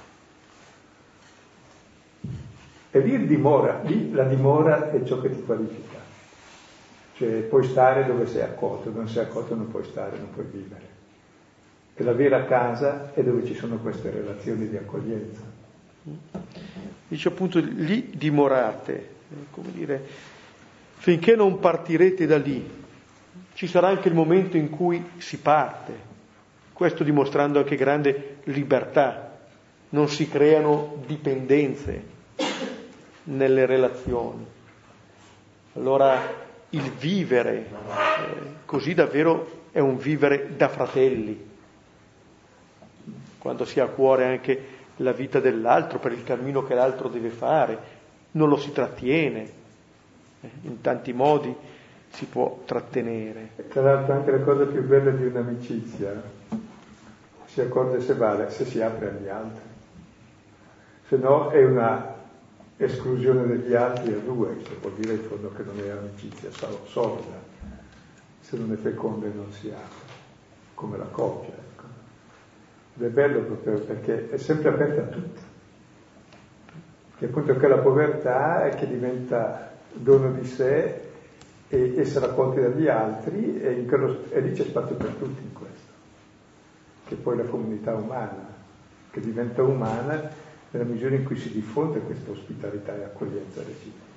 E lì dimora, lì la dimora è ciò che ti qualifica. Cioè puoi stare dove sei accolto, dove non sei accolto non puoi stare, non puoi vivere. E la vera casa è dove ci sono queste relazioni di accoglienza. Dice appunto lì dimorate, come dire, finché non partirete da lì. Ci sarà anche il momento in cui si parte, questo dimostrando anche grande libertà, non si creano dipendenze nelle relazioni. Allora il vivere eh, così davvero è un vivere da fratelli, quando si ha a cuore anche la vita dell'altro, per il cammino che l'altro deve fare, non lo si trattiene, eh, in tanti modi si può trattenere. E tra l'altro anche la cosa più bella di un'amicizia si accorge se vale, se si apre agli altri, se no è una esclusione degli altri a due, che vuol dire in fondo che non è amicizia solida, se non è feconda e non si apre, come la coppia, ecco. Ed è bello proprio perché è sempre aperta a tutti, che appunto che la povertà è che diventa dono di sé e essere accolti dagli altri, e, in quello, e lì c'è spazio per tutti in questo, che poi la comunità umana, che diventa umana nella misura in cui si diffonde questa ospitalità e accoglienza reciproca.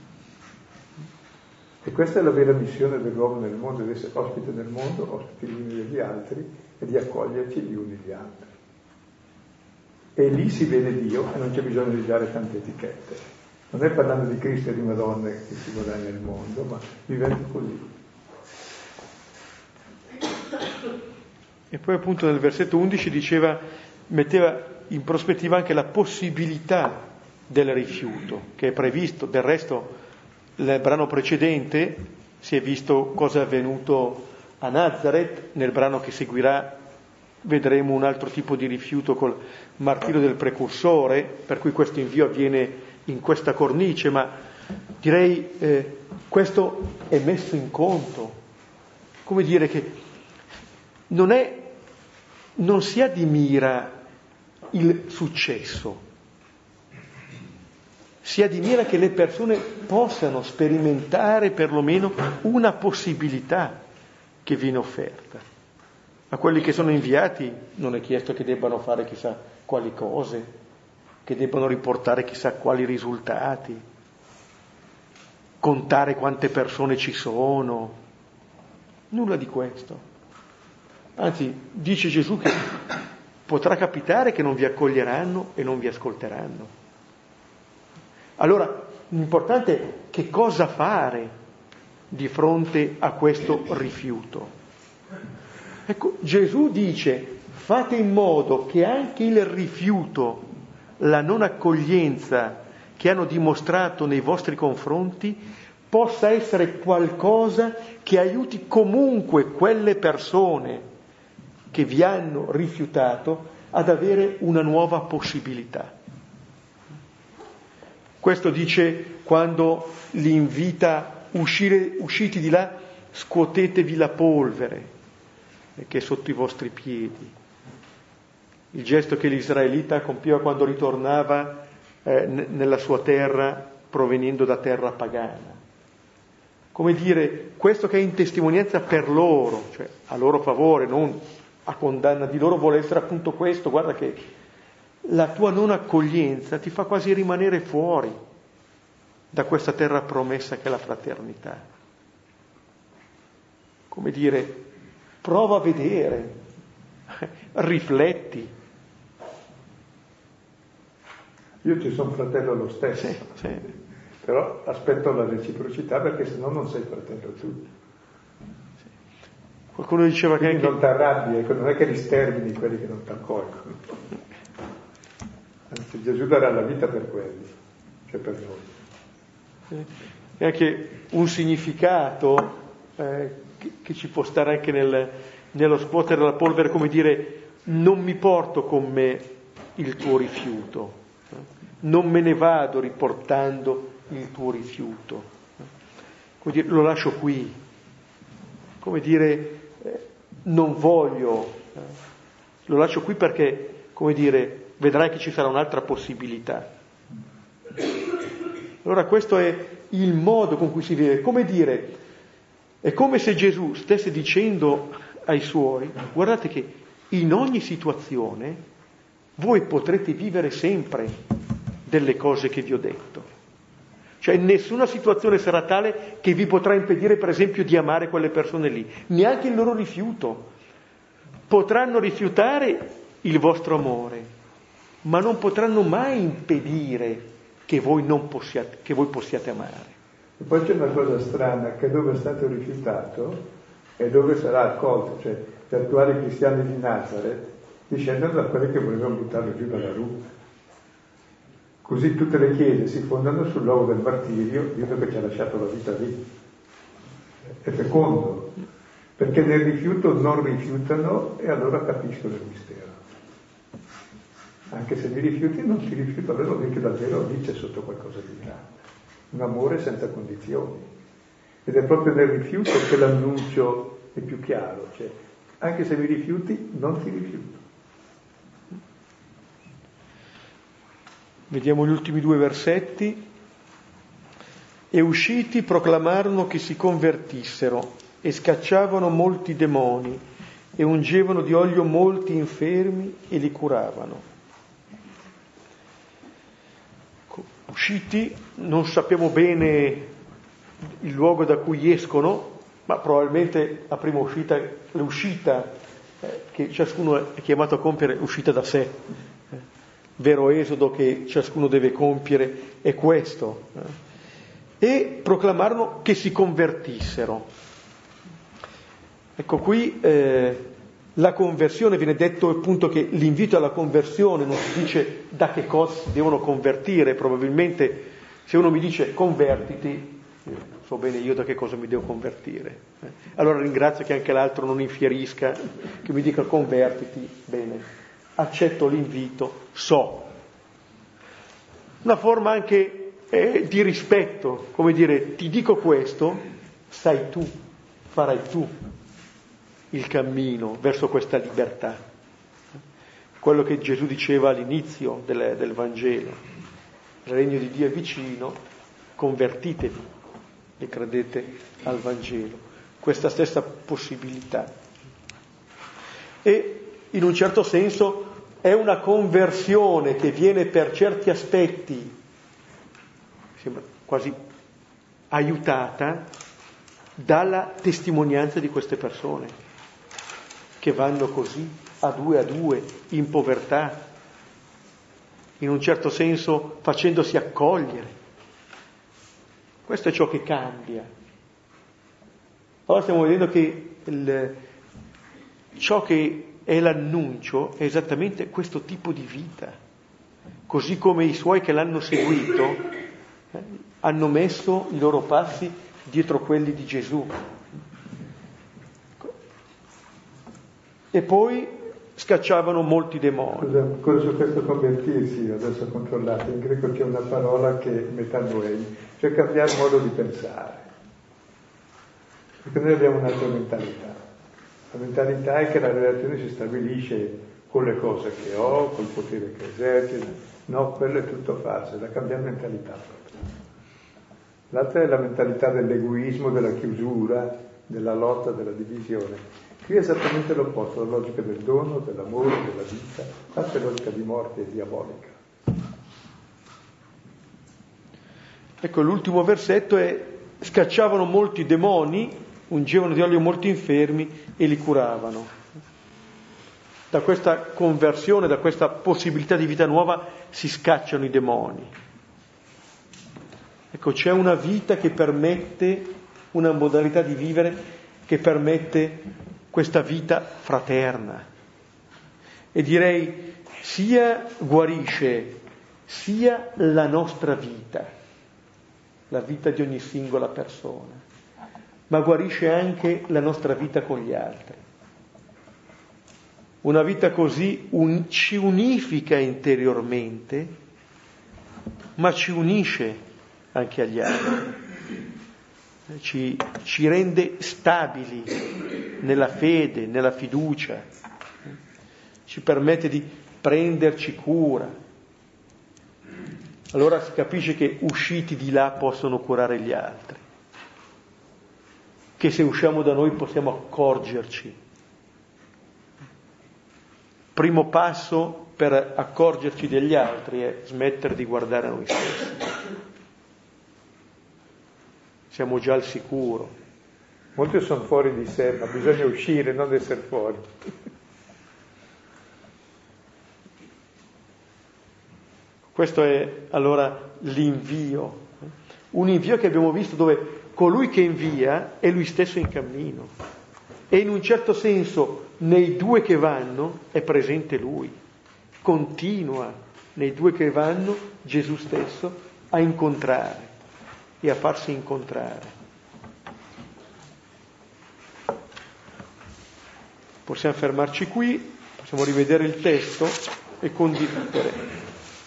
E questa è la vera missione dell'uomo nel mondo, di essere ospite nel mondo, ospiti gli uni degli altri, e di accoglierci gli uni gli altri. E lì si vede Dio e non c'è bisogno di dare tante etichette. Non è parlando di Cristo e di Madonna che si guadagna nel mondo, ma vivendo così. E poi appunto nel versetto undici diceva, metteva in prospettiva anche la possibilità del rifiuto, che è previsto. Del resto nel brano precedente si è visto cosa è avvenuto a Nazareth, nel brano che seguirà vedremo un altro tipo di rifiuto col martirio del precursore, per cui questo invio avviene in questa cornice, ma direi eh, questo è messo in conto, come dire che non è, non si ha di mira il successo, si ha di mira che le persone possano sperimentare perlomeno una possibilità che viene offerta. A quelli che sono inviati non è chiesto che debbano fare chissà quali cose, che debbano riportare chissà quali risultati, contare quante persone ci sono, nulla di questo. Anzi, dice Gesù che potrà capitare che non vi accoglieranno e non vi ascolteranno. Allora, l'importante è che cosa fare di fronte a questo rifiuto. Ecco, Gesù dice: fate in modo che anche il rifiuto, la non accoglienza che hanno dimostrato nei vostri confronti, possa essere qualcosa che aiuti comunque quelle persone che vi hanno rifiutato ad avere una nuova possibilità. Questo dice quando li invita: uscire, usciti di là, scuotetevi la polvere che è sotto i vostri piedi. Il gesto che l'israelita compiva quando ritornava eh, n- nella sua terra, provenendo da terra pagana. Come dire, questo che è in testimonianza per loro, cioè a loro favore, non a condanna di loro, vuole essere appunto questo: guarda che la tua non accoglienza ti fa quasi rimanere fuori da questa terra promessa che è la fraternità. Come dire, prova a vedere, rifletti. Io ci sono fratello lo stesso, Sì, sì. Però aspetto la reciprocità, perché sennò non sei fratello tu. Sì. Qualcuno diceva Quindi che anche... non ti arrabbi, ecco, non è che li stermini quelli che non ti accolgono. Anzi, Gesù darà la vita per quelli, cioè per noi. È anche un significato eh, che, che ci può stare anche nel, nello scuotere la polvere, come dire: non mi porto con me il tuo rifiuto, eh? non me ne vado riportando il tuo rifiuto, eh? come dire, lo lascio qui, come dire, eh, non voglio, eh? lo lascio qui perché, come dire, vedrai che ci sarà un'altra possibilità. Allora questo è il modo con cui si vive, come dire, è come se Gesù stesse dicendo ai suoi: guardate che in ogni situazione voi potrete vivere sempre delle cose che vi ho detto, cioè nessuna situazione sarà tale che vi potrà impedire per esempio di amare quelle persone lì, neanche il loro rifiuto. Potranno rifiutare il vostro amore, ma non potranno mai impedire che voi non possiate, che voi possiate amare. E poi c'è una cosa strana, che dove è stato rifiutato e dove sarà accolto, cioè gli attuali cristiani di Nazareth discendono da quelli che volevano buttarlo giù dalla rupe. Così tutte le chiese si fondano sul luogo del martirio, Dio che ci ha lasciato la vita lì. È fecondo, perché nel rifiuto non rifiutano e allora capiscono il mistero. Anche se mi rifiuti, non ti rifiuto, allora vuol dire che davvero lì c'è sotto qualcosa di grande. Un amore senza condizioni. Ed è proprio nel rifiuto che l'annuncio è più chiaro, cioè anche se mi rifiuti, non ti rifiuto. Vediamo gli ultimi due versetti. E usciti proclamarono che si convertissero e scacciavano molti demoni e ungevano di olio molti infermi e li curavano. Usciti, non sappiamo bene il luogo da cui escono, ma probabilmente la prima uscita, l'uscita eh, che ciascuno è chiamato a compiere, uscita da sé. Eh, vero esodo che ciascuno deve compiere è questo. Eh. E proclamarono che si convertissero. Ecco qui eh, la conversione, viene detto appunto che l'invito alla conversione non si dice da che cosa si devono convertire, probabilmente se uno mi dice convertiti, so bene io da che cosa mi devo convertire. Eh. Allora ringrazio che anche l'altro non infierisca, che mi dica convertiti, bene, accetto l'invito, so. Una forma anche eh, di rispetto, come dire, ti dico questo, sai tu, farai tu il cammino verso questa libertà. Quello che Gesù diceva all'inizio del, del Vangelo, il regno di Dio è vicino, convertitevi e credete al Vangelo. Questa stessa possibilità. E in un certo senso è una conversione che viene per certi aspetti, sembra quasi aiutata, dalla testimonianza di queste persone che vanno così a due a due in povertà, in un certo senso facendosi accogliere. Questo è ciò che cambia. Allora stiamo vedendo che il, ciò che è l'annuncio è esattamente questo tipo di vita, così come i suoi che l'hanno seguito eh, hanno messo i loro passi dietro quelli di Gesù. E poi scacciavano molti demoni. Scusa, ancora su questo convertirsi, adesso ho controllato, in greco c'è una parola che è metanoei, cioè cambiare modo di pensare. Perché noi abbiamo un'altra mentalità. La mentalità è che la relazione si stabilisce con le cose che ho, col potere che esercito. No, quello è tutto falso, è da cambiare mentalità proprio. L'altra è la mentalità dell'egoismo, della chiusura, della lotta, della divisione. Qui è esattamente l'opposto, la logica del dono, dell'amore, della vita, l'altra è logica di morte e diabolica. Ecco, l'ultimo versetto è: scacciavano molti demoni, ungevano di olio molti infermi e li curavano. Da questa conversione, da questa possibilità di vita nuova si scacciano i demoni. Ecco, c'è una vita che permette, una modalità di vivere che permette questa vita fraterna. E direi sia guarisce sia la nostra vita, la vita di ogni singola persona, ma guarisce anche la nostra vita con gli altri. Una vita così un, ci unifica interiormente, ma ci unisce anche agli altri. Ci, ci rende stabili nella fede, nella fiducia, ci permette di prenderci cura. Allora si capisce che usciti di là possono curare gli altri, che se usciamo da noi possiamo accorgerci. Primo passo per accorgerci degli altri è smettere di guardare a noi stessi. Siamo già al sicuro. Molti sono fuori di sé, ma bisogna uscire, non essere fuori. Questo è allora l'invio. Un invio che abbiamo visto dove colui che invia è lui stesso in cammino. E in un certo senso nei due che vanno è presente Lui, continua nei due che vanno Gesù stesso a incontrare e a farsi incontrare. Possiamo fermarci qui, possiamo rivedere il testo e condividere.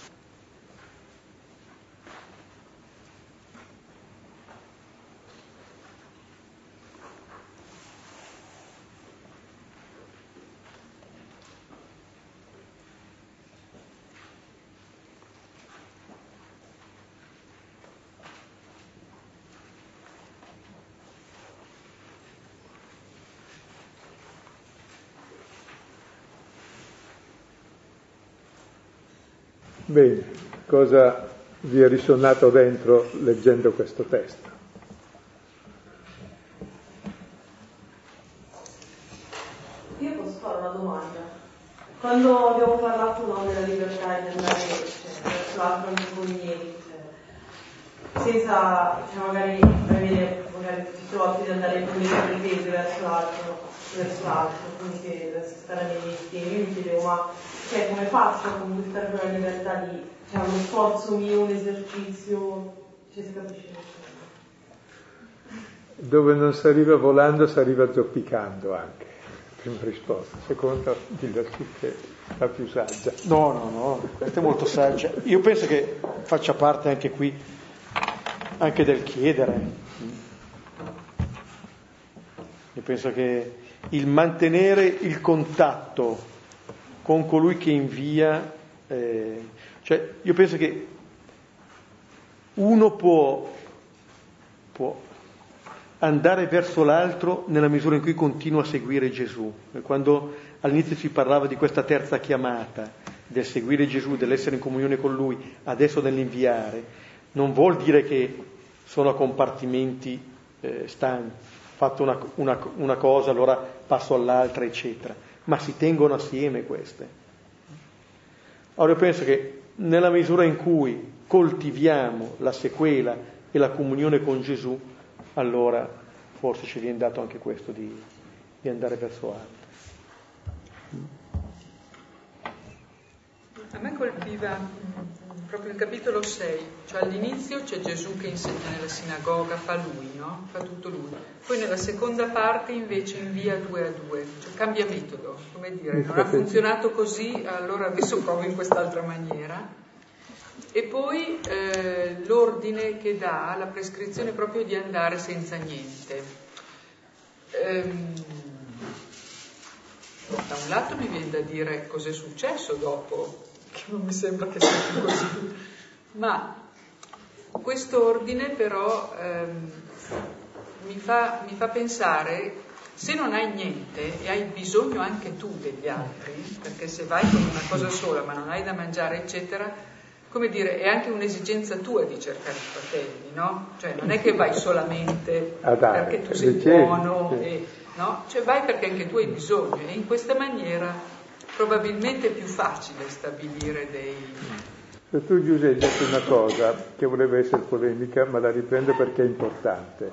Bene, cosa vi è risuonato dentro leggendo questo testo? Io posso fare una domanda. Quando abbiamo parlato no, della libertà di andare cioè, verso l'altro anche con i miei, cioè, senza cioè, magari avere magari tutti i soldi di andare con le pretese verso l'altro, verso l'altro, quindi che dovesse stare nei miei schemi, io mi chiedevo ma cioè, come faccio a conquistare quella libertà di cioè, uno sforzo mio, un esercizio, ci si capisce? Dove non si arriva volando, si arriva zoppicando anche. Prima risposta. Seconda, dirci che è la più saggia. No, no, no, questa è molto saggia. Io penso che faccia parte anche qui, anche del chiedere. Io penso che il mantenere il contatto con colui che invia, eh, cioè io penso che uno può, può andare verso l'altro nella misura in cui continua a seguire Gesù. Quando all'inizio si parlava di questa terza chiamata, del seguire Gesù, dell'essere in comunione con Lui, adesso dell'inviare, non vuol dire che sono a compartimenti eh, stanchi, fatto una, una, una cosa, allora passo all'altra, eccetera. Ma si tengono assieme queste. Allora io penso che nella misura in cui coltiviamo la sequela e la comunione con Gesù, allora forse ci viene dato anche questo di, di andare verso altro. A me colpiva proprio il capitolo sei, cioè all'inizio c'è Gesù che insegna nella sinagoga, fa lui, no? Fa tutto lui. Poi nella seconda parte invece invia due a due, cioè cambia metodo, come dire, non ha funzionato così, allora adesso provo in quest'altra maniera. E poi eh, l'ordine che dà, la prescrizione proprio di andare senza niente. Ehm, da un lato mi viene da dire cos'è successo dopo, che non mi sembra che sia più così, ma questo ordine però ehm, mi fa, mi fa pensare, se non hai niente e hai bisogno anche tu degli altri, perché se vai con una cosa sola ma non hai da mangiare eccetera, come dire, è anche un'esigenza tua di cercare i fratelli, no? Cioè non è che vai solamente perché tu sei buono, e, no? Cioè vai perché anche tu hai bisogno, e in questa maniera probabilmente è più facile stabilire dei... Se tu Giuseppe hai detto una cosa che voleva essere polemica, ma la riprendo perché è importante.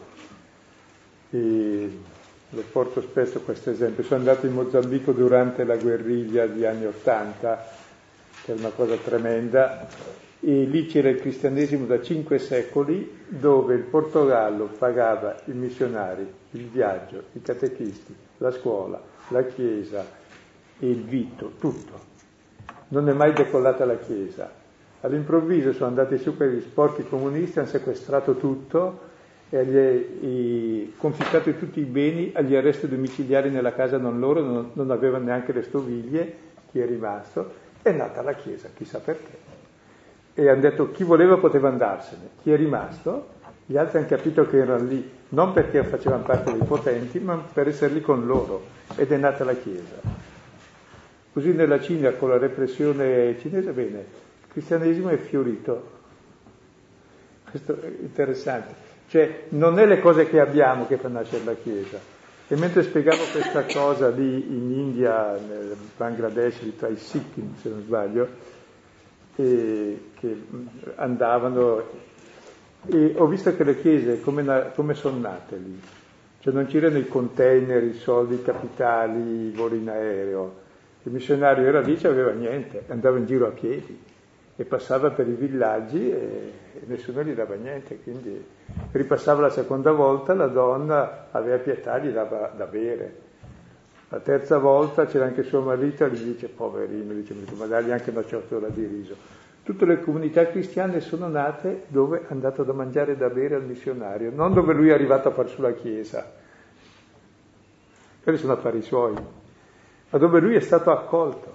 E lo porto spesso questo esempio. Sono andato in Mozambico durante la guerriglia degli anni Ottanta, che è una cosa tremenda, e lì c'era il cristianesimo da cinque secoli, dove il Portogallo pagava i missionari, il viaggio, i catechisti, la scuola, la chiesa e il vitto, tutto. Non è mai decollata la chiesa. All'improvviso sono andati su quegli sporchi comunisti, hanno sequestrato tutto e gli confiscato tutti i beni agli arresti domiciliari nella casa non loro, non, non avevano neanche le stoviglie, chi è rimasto, è nata la chiesa, chissà perché. E hanno detto chi voleva poteva andarsene, chi è rimasto, gli altri hanno capito che erano lì non perché facevano parte dei potenti, ma per essere lì con loro, ed è nata la chiesa. Così nella Cina, con la repressione cinese, bene, il cristianesimo è fiorito. Questo è interessante. Cioè, non è le cose che abbiamo che fa nascere la Chiesa. E mentre spiegavo questa cosa lì in India, nel Bangladesh, tra i Sikh, se non sbaglio, e che andavano, e ho visto che le chiese come, come sono nate lì. Cioè non c'erano i container, i soldi, i capitali, i voli in aereo. Il missionario era lì, non aveva niente, andava in giro a piedi e passava per i villaggi e, e nessuno gli dava niente, quindi ripassava la seconda volta, la donna aveva pietà, gli dava da bere. La terza volta c'era anche suo marito e gli dice, poverino, dice, ma dagli anche una ciottola di riso. Tutte le comunità cristiane sono nate dove è andato da mangiare e da bere al missionario, non dove lui è arrivato a far sulla chiesa. Quelli sono affari suoi, ma dove lui è stato accolto.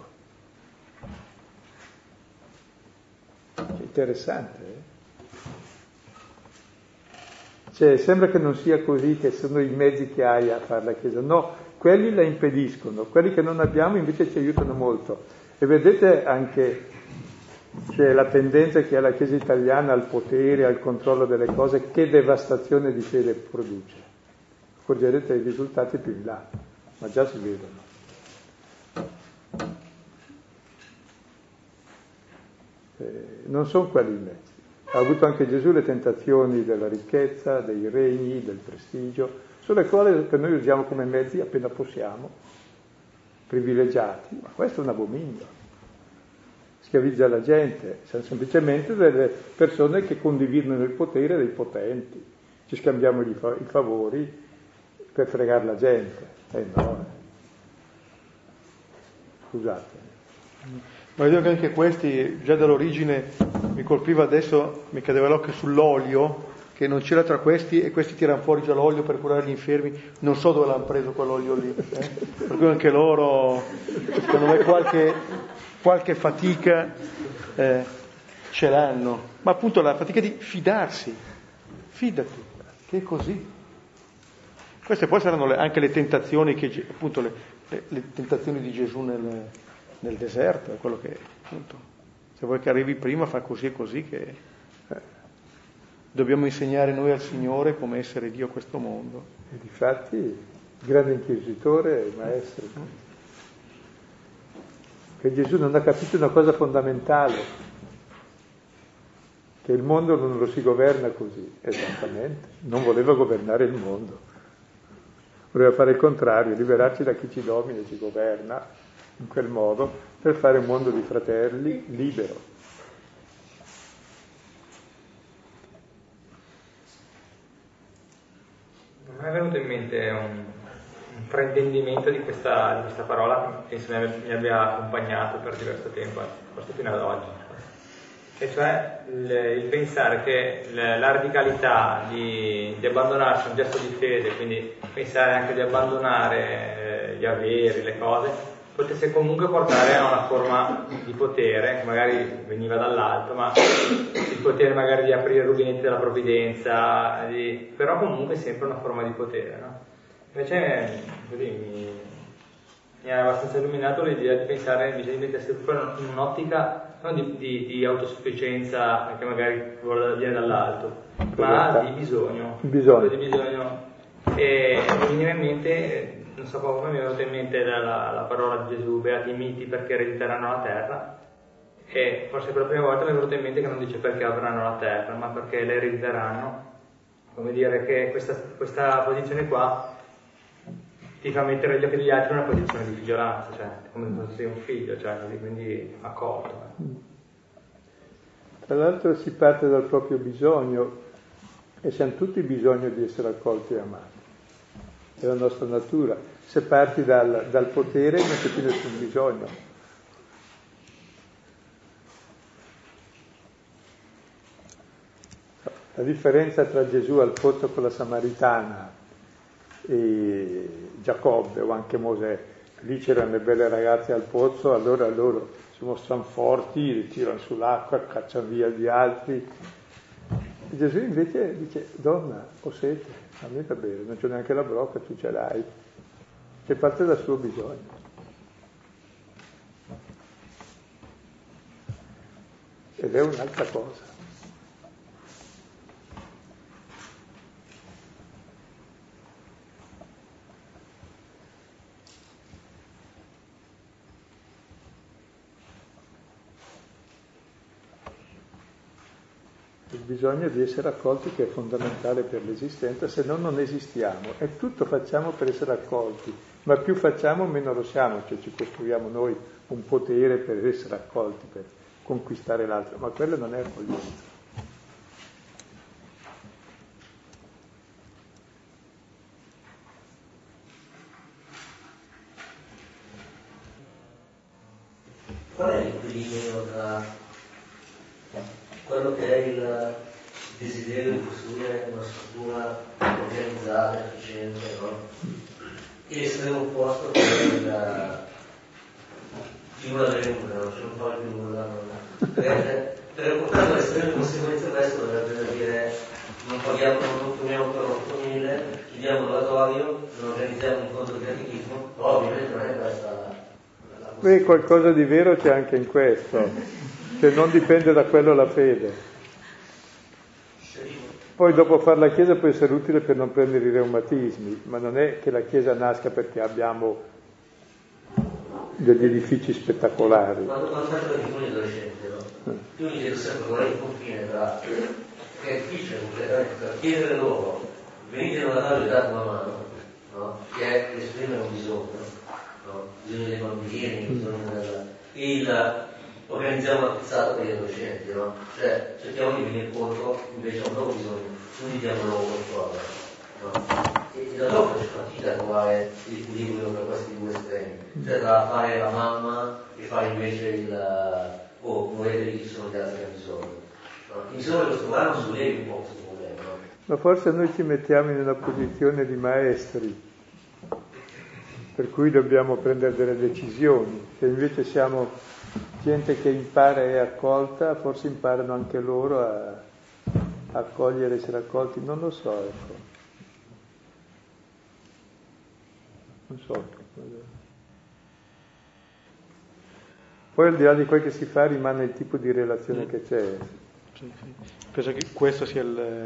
È interessante, eh? Cioè, sembra che non sia così, che sono i mezzi che hai a fare la chiesa. No, quelli la impediscono, quelli che non abbiamo invece ci aiutano molto. E vedete anche cioè, la tendenza che ha la Chiesa italiana al potere, al controllo delle cose, che devastazione di fede produce. Accorgerete i risultati più in là, ma già si vedono. Eh, non sono quelli i mezzi. Ha avuto anche Gesù le tentazioni della ricchezza, dei regni, del prestigio, sono le cose che noi usiamo come mezzi appena possiamo, privilegiati, ma questo è un abominio. Schiavizza la gente, sono semplicemente delle persone che condividono il potere dei potenti, ci scambiamo i favori per fregare la gente, eh no, scusate. Ma vedo che anche questi, già dall'origine, mi colpiva adesso, mi cadeva l'occhio sull'olio, che non c'era tra questi, e questi tirano fuori già l'olio per curare gli infermi, non so dove l'hanno preso quell'olio lì, eh? Per cui anche loro, secondo me qualche, qualche fatica eh, ce l'hanno, ma appunto la fatica di fidarsi, fidati, che è così. Queste poi saranno le, anche le tentazioni, che appunto le, le, le tentazioni di Gesù nel, nel deserto, è quello che appunto, se vuoi che arrivi prima fa così e così, che eh, dobbiamo insegnare noi al Signore come essere Dio a questo mondo. E difatti il grande inquisitore è il maestro, che Gesù non ha capito una cosa fondamentale, che il mondo non lo si governa così, esattamente, non voleva governare il mondo, voleva fare il contrario, liberarci da chi ci domina e ci governa in quel modo per fare un mondo di fratelli libero. Mi è venuto in mente un, un fraintendimento di questa, di questa parola che penso mi abbia accompagnato per diverso tempo, forse fino ad oggi, e cioè il, il pensare che la radicalità di, di abbandonarsi a un gesto di fede, quindi pensare anche di abbandonare eh, gli averi, le cose, potesse comunque portare a una forma di potere che magari veniva dall'alto, ma il potere magari di aprire i rubinetti della provvidenza, di... però comunque sempre una forma di potere, no? Invece così mi, mi ha abbastanza illuminato l'idea di pensare invece di mettersi in un'ottica non di, di, di autosufficienza che magari vuole venire dall'alto, ma di bisogno, bisogno. di bisogno. E mi viene in mente, non so come mi è venuta in mente la, la parola di Gesù, beati i miti perché erediteranno la terra, e forse per la prima volta mi è venuta in mente che non dice perché avranno la terra, ma perché la erediteranno, come dire che questa, questa posizione qua ti fa mettere gli occhi degli altri in una posizione di figliolanza, cioè come se sei un figlio, cioè quindi accolto. Tra l'altro si parte dal proprio bisogno e siamo tutti bisogno di essere accolti e amati. È la nostra natura. Se parti dal, dal potere non c'è più nessun bisogno. La differenza tra Gesù al pozzo con la Samaritana e Giacobbe o anche Mosè, lì c'erano le belle ragazze al pozzo, allora loro si mostrano forti, tirano sull'acqua, cacciano via gli altri. E Gesù invece dice: donna, ho sete, fammi da bere, non c'è neanche la brocca, tu ce l'hai. Che parte dal suo bisogno. Ed è un'altra cosa. bisogno di essere accolti, che è fondamentale per l'esistenza, se no non esistiamo. E tutto facciamo per essere accolti, ma più facciamo meno lo siamo, cioè ci costruiamo noi un potere per essere accolti, per conquistare l'altro, ma quello non è accoglienza. Qual è l'equilibrio tra quello che è il desiderio di costruire una struttura organizzata, efficiente, no? E l'estremo opposto che è la figura delle nulla, non ce ne fa più nulla. Per, per portare all'estremo conseguenza questo dovrebbe dire non paghiamo, non poniamo per otto mille, chiediamo l'oratorio, non organizziamo un incontro di catechismo, però ovviamente non è questa la... Beh, qualcosa di vero c'è anche in questo, che non dipende da quello la fede. Poi dopo fare la Chiesa può essere utile per non prendere i reumatismi, ma non è che la Chiesa nasca perché abbiamo degli edifici spettacolari. Quando, quando faccio la riunione adolescente, no? Io mi chiedo sempre qual è il confine tra, che è difficile completamente, tra chiedere loro, venite in oratorio e date una mano, no? Che è esprimere un bisogno. No? Bisogno dei bambini, bisogno del... il organizziamo una pizzata per gli adolescenti, no? Cioè cerchiamo di venire contro invece a un loro bisogno, quindi diamo loro qualcosa, no? E da dopo c'è fatica a trovare l'equilibrio tra questi due estremi, cioè tra fare la mamma e fare invece il oh, volete che ci sono gli altri che hanno bisogno, no? Insomma questo guardo sollevi un po' questo problema, no? Ma forse noi ci mettiamo in una posizione di maestri, per cui dobbiamo prendere delle decisioni. Se invece siamo gente che impara e è accolta, forse imparano anche loro a, a accogliere, essere accolti, non lo so, ecco. Non so. Poi al di là di quel che si fa rimane il tipo di relazione che c'è. Sì, sì. Penso che questo sia il...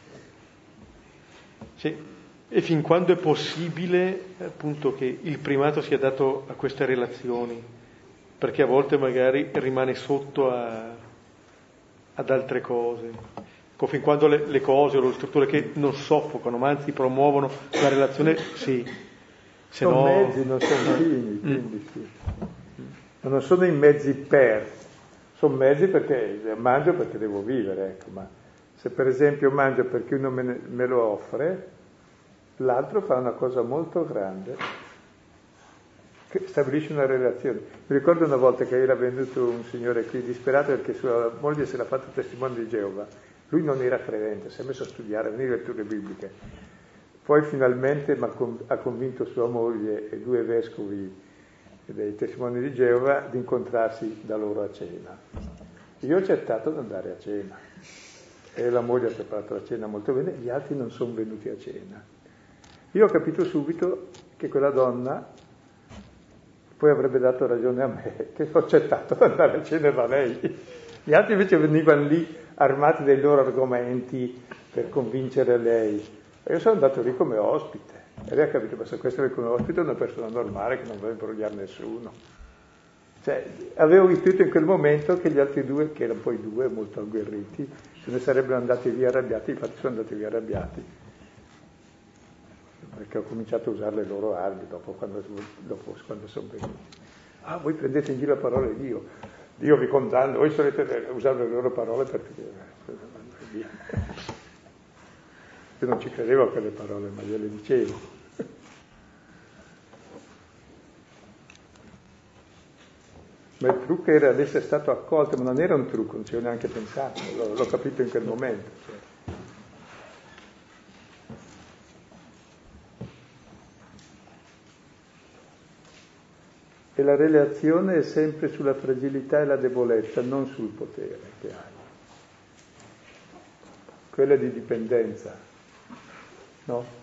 Sì. E fin quando è possibile, appunto, che il primato sia dato a queste relazioni, perché a volte magari rimane sotto a, ad altre cose. Ecco, fin quando le, le cose o le strutture che non soffocano, ma anzi promuovono la relazione, sì. Se sono no... mezzi, non sono fini, quindi sì. Ma non sono i mezzi per, sono mezzi perché mangio perché devo vivere, ecco. Ma se per esempio mangio perché uno me, ne, me lo offre, l'altro fa una cosa molto grande, che stabilisce una relazione. Mi ricordo una volta che era venuto un signore qui disperato perché sua moglie se l'ha fatto testimone di Geova. Lui non era credente, si è messo a studiare, a venire letture bibliche. Poi finalmente ha convinto sua moglie e due vescovi dei testimoni di Geova di incontrarsi da loro a cena. Io ho accettato di andare a cena e la moglie ha preparato la cena molto bene, gli altri non sono venuti a cena. Io ho capito subito che quella donna poi avrebbe dato ragione a me, che ho accettato di andare a cena da lei. Gli altri invece venivano lì armati dei loro argomenti per convincere lei. E io sono andato lì come ospite. E lei ha capito, ma se questo è come ospite è una persona normale che non vuole imbrogliare nessuno. Cioè, avevo intuito in quel momento che gli altri due, che erano poi due molto agguerriti, se ne sarebbero andati via arrabbiati, infatti sono andati via arrabbiati. Perché ho cominciato a usare le loro armi dopo quando, dopo, quando sono venuti. Ah, voi prendete in giro le parole di Dio. Dio vi condanna, voi solete usare le loro parole perché... Via. Io non ci credevo a quelle parole, ma gliele dicevo. Ma il trucco era di essere stato accolto, ma non era un trucco, non ci avevo neanche pensato, l'ho, l'ho capito in quel momento. Cioè. E la relazione è sempre sulla fragilità e la debolezza, non sul potere che hai. Quella di dipendenza, no?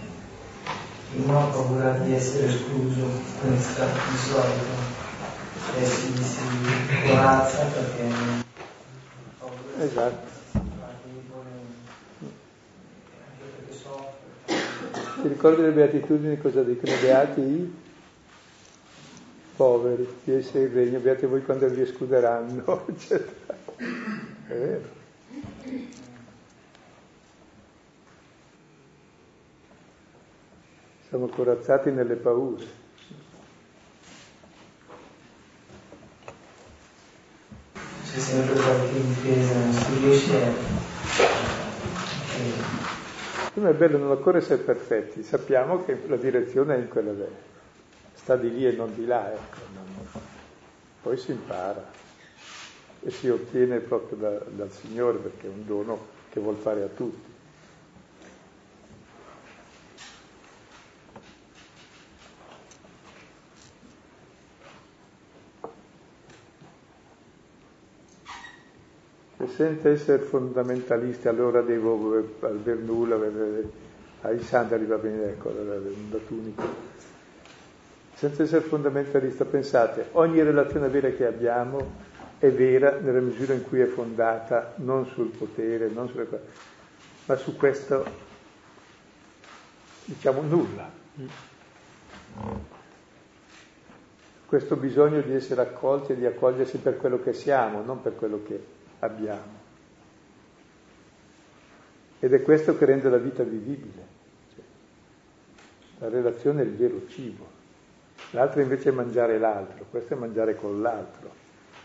Non ho paura di essere escluso come sta di solito. eh, si, si corazza perché esatto. Ti ricordi le beatitudini cosa dicono? Beati i poveri, di essere il regno, beati voi quando vi escluderanno, eccetera. È vero. Siamo corazzati nelle paure. C'è sempre qualche impresa, non si riesce a... Come è bello, non occorre essere perfetti, sappiamo che la direzione è in quella lì, sta di lì e non di là, ecco. Poi si impara e si ottiene proprio da, dal Signore, perché è un dono che vuol fare a tutti. Senza essere fondamentalisti, allora devo aver nulla, avere, ai sandali va bene, ecco, da tunico. Senza essere fondamentalista, pensate, ogni relazione vera che abbiamo è vera nella misura in cui è fondata non sul potere, non sulle cose, ma su questo, diciamo, nulla. Questo bisogno di essere accolti e di accogliersi per quello che siamo, non per quello che abbiamo. Ed è questo che rende la vita vivibile. Cioè, la relazione è il vero cibo. L'altro invece è mangiare l'altro, questo è mangiare con l'altro.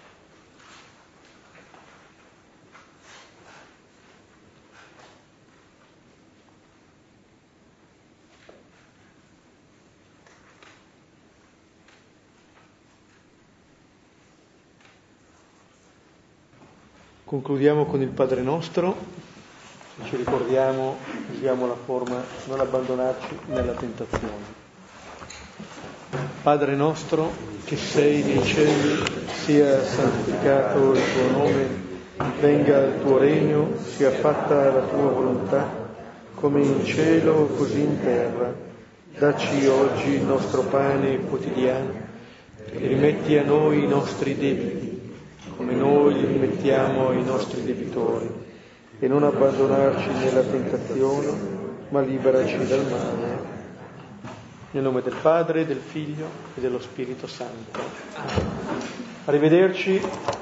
Concludiamo con il Padre Nostro, ci ricordiamo, usiamo la forma non abbandonarci nella tentazione. Padre nostro che sei nei cieli, sia santificato il tuo nome, venga il tuo regno, sia fatta la tua volontà, come in cielo così in terra. Dacci oggi il nostro pane quotidiano e rimetti a noi i nostri debiti, come noi li rimettiamo ai nostri debitori, e non abbandonarci nella tentazione, ma liberaci dal male. Nel nome del Padre, del Figlio e dello Spirito Santo. Arrivederci.